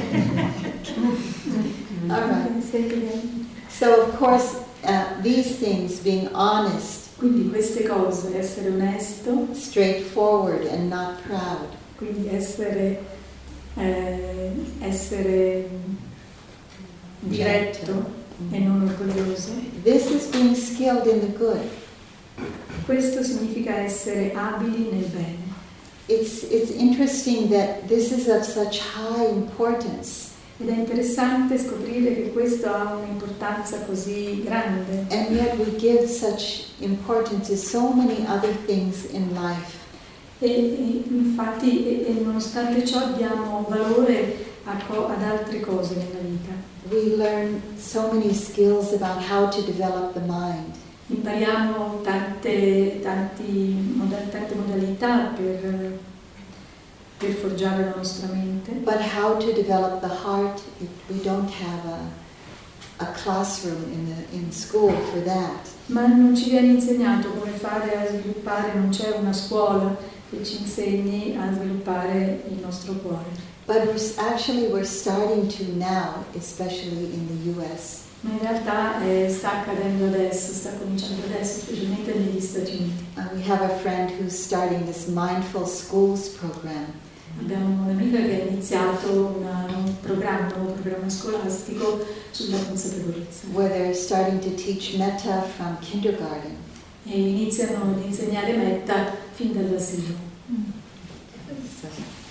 All right. Say it again. So of course, uh, these things, being honest, Quindi queste cose, essere onesto, straightforward and not proud, quindi essere, eh, essere diretto e non orgoglioso, this is being skilled in the good. questo significa essere abili nel bene. It's, it's interesting that this is of such high importance. Ed è interessante scoprire che questo ha un'importanza così grande. And yet we give such importance to so many other things in life. E, e infatti, e, e nonostante ciò, diamo valore a co- ad altre cose nella vita. We learn so many skills about how to develop the mind. Impariamo tante, tanti, moda- tante modalità per, per forgiare la nostra mente. But how to develop the heart, it, we don't have a, a classroom in, the, in school for that. Ma non ci viene insegnato come fare a sviluppare, non c'è una scuola che ci insegni a sviluppare il nostro cuore. But we're, actually we're starting to now, especially in the U S. Ma in realtà eh, sta accadendo adesso, sta cominciando adesso, specialmente negli Stati Uniti. Uh, we have a friend who's starting this Mindful Schools program. Abbiamo un'amica che ha iniziato una, un programma, un programma scolastico sulla consapevolezza. Where they're starting to teach metta from kindergarten. E iniziano ad insegnare metta fin dall'asilo. So,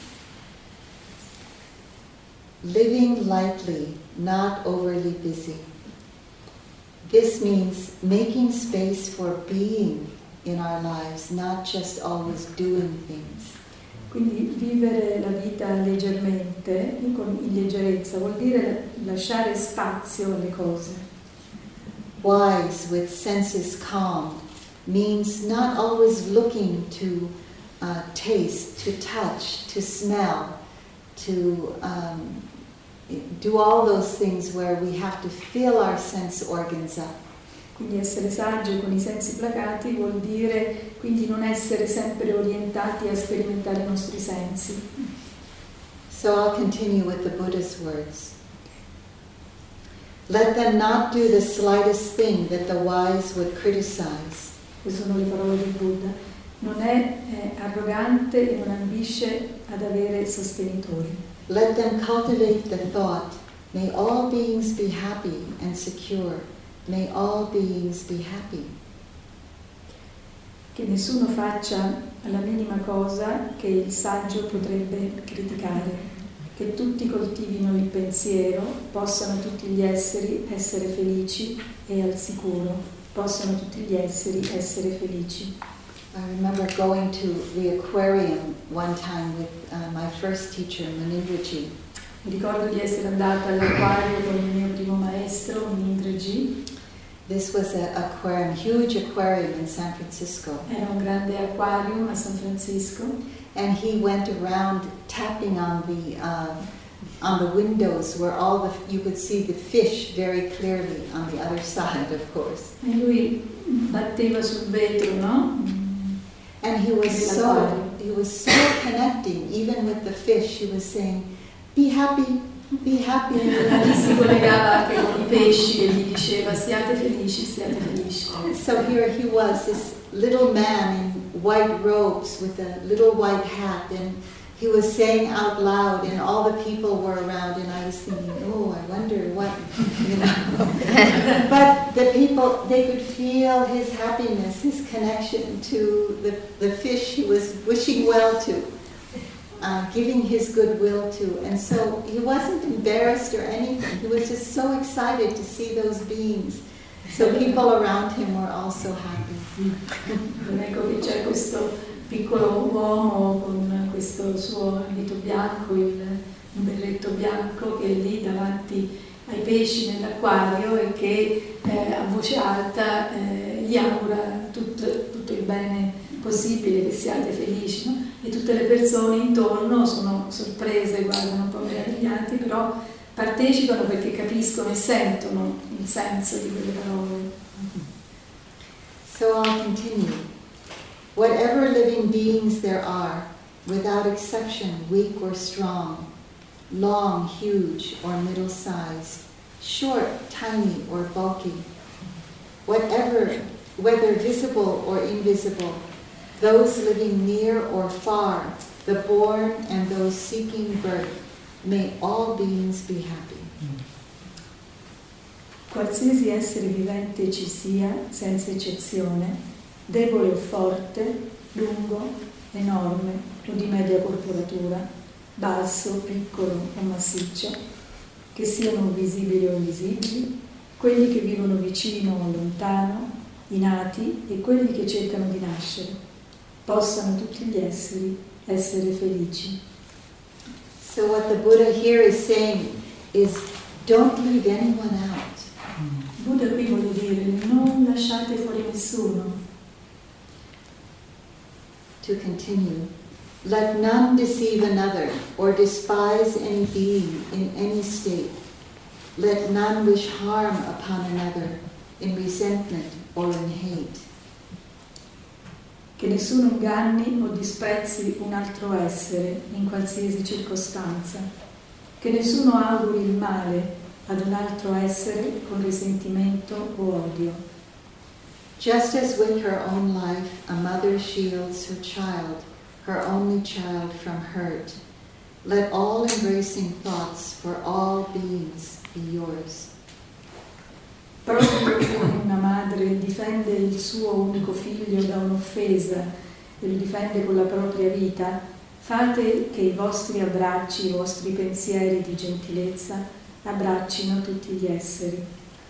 living lightly, not overly busy. This means making space for being in our lives, not just always doing things. Quindi vivere la vita leggermente, con in leggerezza, vuol dire lasciare spazio alle cose. Wise with senses calm means not always looking to uh, taste, to touch, to smell, to um, do all those things where we have to fill our sense organs up. Quindi essere saggi con i sensi placati vuol dire quindi non essere sempre orientati a sperimentare i nostri sensi. So I'll continue with the Buddha's words. Let them not do the slightest thing that the wise would criticize. Queste sono le parole del Buddha. Non è eh, arrogante e non ambisce ad avere sostenitori. Let them cultivate the thought, may all beings be happy and secure. May all beings be happy. Che nessuno faccia la minima cosa che il saggio potrebbe criticare. Che tutti coltivino il pensiero, possano tutti gli esseri essere felici e al sicuro. Possano tutti gli esseri essere felici. I remember going to the aquarium one time with uh, my first teacher, Munindraji. Mi ricordo di essere andata all'acquario con il mio primo maestro, Munindraji. This was an aquarium, huge aquarium in San Francisco. Era un grande acquarium a San Francisco. And he went around tapping on the uh, on the windows where all the you could see the fish very clearly on the other side, of course. E lui batteva sul vetro, no? And he was so he was so connecting, even with the fish. He was saying, "Be happy, be happy." E si collegava anche con i pesci e gli diceva siate felici, siate felici. So here he was, this little man in white robes with a little white hat, and he was saying out loud, and all the people were around, and I was thinking, oh, I wonder what, you know. But the people, they could feel his happiness, his connection to the, the fish he was wishing well to, uh, giving his goodwill to. And so he wasn't embarrassed or anything. He was just so excited to see those beings. So people around him were also happy. Ecco che c'è questo piccolo uomo con questo suo abito bianco, il un berretto bianco che è lì davanti ai pesci nell'acquario e che eh, a voce alta eh, gli augura tutto, tutto il bene possibile, che siate felici, no? E tutte le persone intorno sono sorprese, guardano un po' meravigliati, però partecipano perché capiscono e sentono il senso di quelle parole. So I'll continue. Whatever living beings there are, without exception, weak or strong, long, huge, or middle-sized, short, tiny, or bulky, whatever, whether visible or invisible, those living near or far, the born and those seeking birth, may all beings be happy. Qualsiasi essere vivente ci sia, senza eccezione, debole o forte, lungo, enorme o di media corporatura, basso, piccolo o massiccio, che siano visibili o invisibili, quelli che vivono vicino o lontano, i nati e quelli che cercano di nascere, possano tutti gli esseri essere felici. So what the Buddha here is saying is, don't leave anyone out. Buddha qui vuole dire, non lasciate fuori nessuno. To continue, let none deceive another or despise any being in any state. Let none wish harm upon another in resentment or in hate. Che nessuno inganni o disprezzi un altro essere in qualsiasi circostanza. Che nessuno auguri il male ad un altro essere con risentimento o odio. Just as with her own life, a mother shields her child, her only child, from hurt, let all embracing thoughts for all beings be yours. Proprio come una madre difende il suo unico figlio da un'offesa e lo difende con la propria vita, fate che i vostri abbracci, i vostri pensieri di gentilezza abbraccino tutti gli esseri.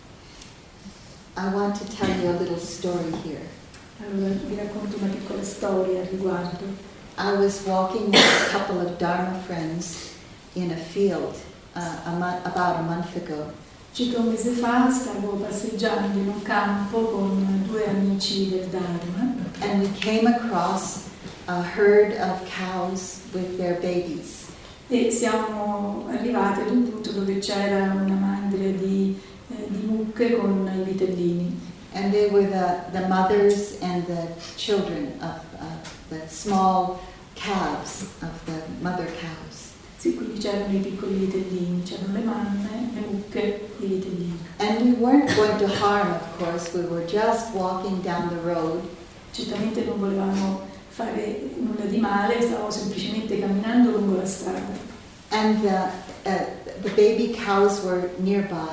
I want to tell you a little story here. Allora vi racconto una piccola storia al riguardo. I was walking with a couple of Dharma friends in a field uh, a mo- about a month ago. Circa un mese fa stavo passeggiando in un campo con due amici del Dharma And we came across a herd of cows with their babies. e siamo arrivati ad un punto dove c'era una mandria di, eh, di mucche con i vitellini. And they were the, the mothers and the children of uh, the small calves of the mother cows. Sì, quindi c'erano i piccoli vitellini, c'erano le mamme, le mucche e i vitellini. And we weren't going to harm, of course. We were just walking down the road. Certamente non volevamo fare nulla di male, stavamo semplicemente camminando lungo la strada. And the, uh, the baby cows were nearby.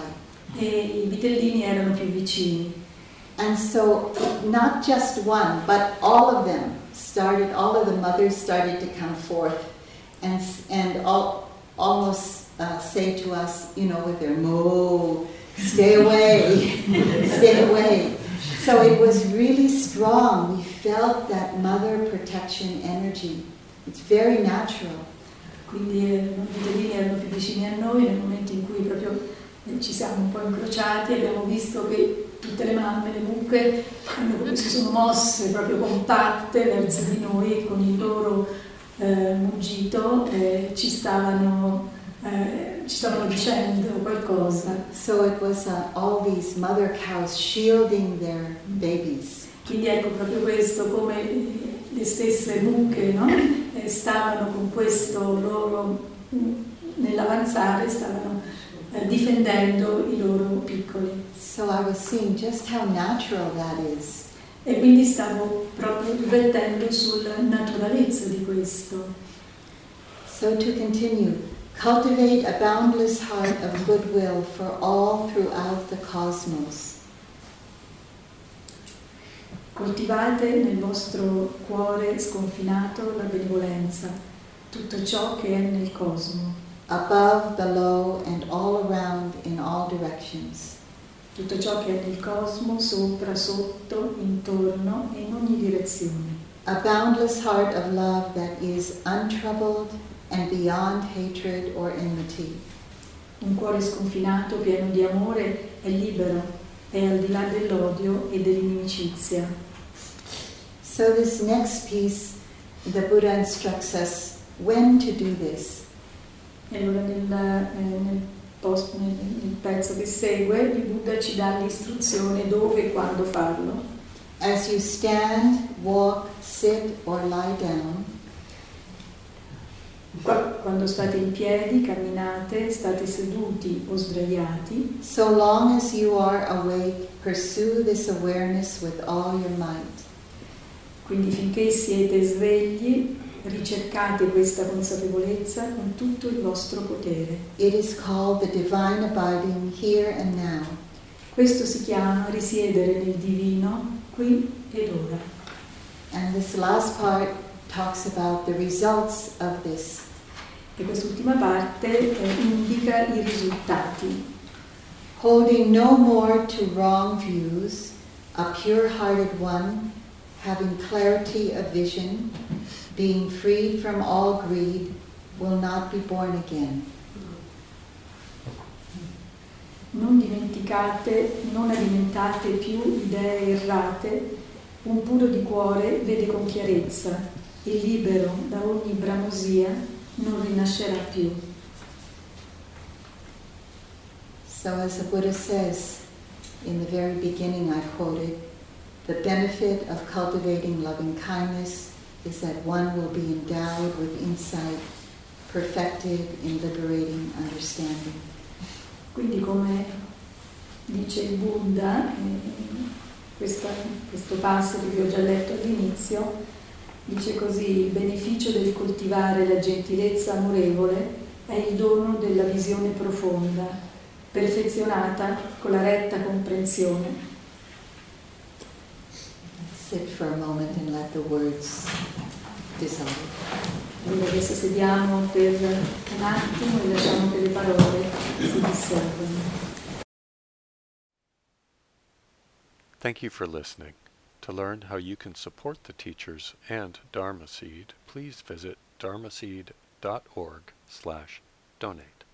E i vitellini erano più vicini. And so not just one, but all of them started, all of the mothers started to come forth and, and all, almost uh, say to us, you know, with their moo, stay away, stay away. So it was really strong. We felt that mother protection energy. It's very natural. Quindi eh, i vitellini erano più vicini a noi nel momento in cui proprio eh, ci siamo un po' incrociati e abbiamo visto che tutte le mamme, le mucche, hanno, come si sono mosse proprio compatte verso di noi e con il loro eh, muggito eh, ci stavano eh, ci stavano dicendo qualcosa. So it was uh, all these mother cows shielding their babies. Quindi ecco proprio questo, come le stesse mucche, no? eh, stavano con questo loro, nell'avanzare, stavano eh, difendendo i loro piccoli. So I was seeing just how natural that is. E quindi stavo proprio riflettendo sulla naturalezza di questo. So to continue, cultivate a boundless heart of goodwill for all throughout the cosmos. Coltivate nel vostro cuore sconfinato la benevolenza, tutto ciò che è nel cosmo, Above, below, and all around in all directions. tutto ciò che è nel cosmo, sopra, sotto, intorno e in ogni direzione. A boundless heart of love that is untroubled and beyond hatred or enmity. Un cuore sconfinato, pieno di amore, è libero, è al di là dell'odio e dell'inimicizia. So this next piece, the Buddha instructs us when to do this. E allora nel, eh, nel, post, nel, nel pezzo che segue il Buddha ci dà l'istruzione dove e quando farlo. As you stand, walk, sit or lie down, Qua- Quando state in piedi, camminate, state seduti o sdraiati, so long as you are awake, pursue this awareness with all your might. quindi finché siete svegli, ricercate questa consapevolezza con tutto il vostro potere. It is called the divine abiding here and now. Questo si chiama risiedere nel divino qui ed ora. And this last part talks about the results of this. E quest'ultima parte eh, indica i risultati. Holding no more to wrong views, a pure-hearted one, having clarity of vision, being freed from all greed, will not be born again. Non dimenticate, non alimentate più idee errate, un puro di cuore vede con chiarezza e libero da ogni bramosia non rinascerà più. So as the Buddha says in the very beginning I quoted, the benefit of cultivating loving kindness is that one will be endowed with insight, perfected in liberating understanding. Quindi, come dice il Buddha, eh, questa, questo passo che vi ho già letto all'inizio, dice così: il beneficio del coltivare la gentilezza amorevole è il dono della visione profonda, perfezionata con la retta comprensione. Sit for a moment and let the words dissolve. Quindi adesso sediamo per un attimo e lasciamo che le parole si dissolvano. Thank you for listening. To learn how you can support the teachers and Dharma Seed, please visit dharmaseed dot org slash donate.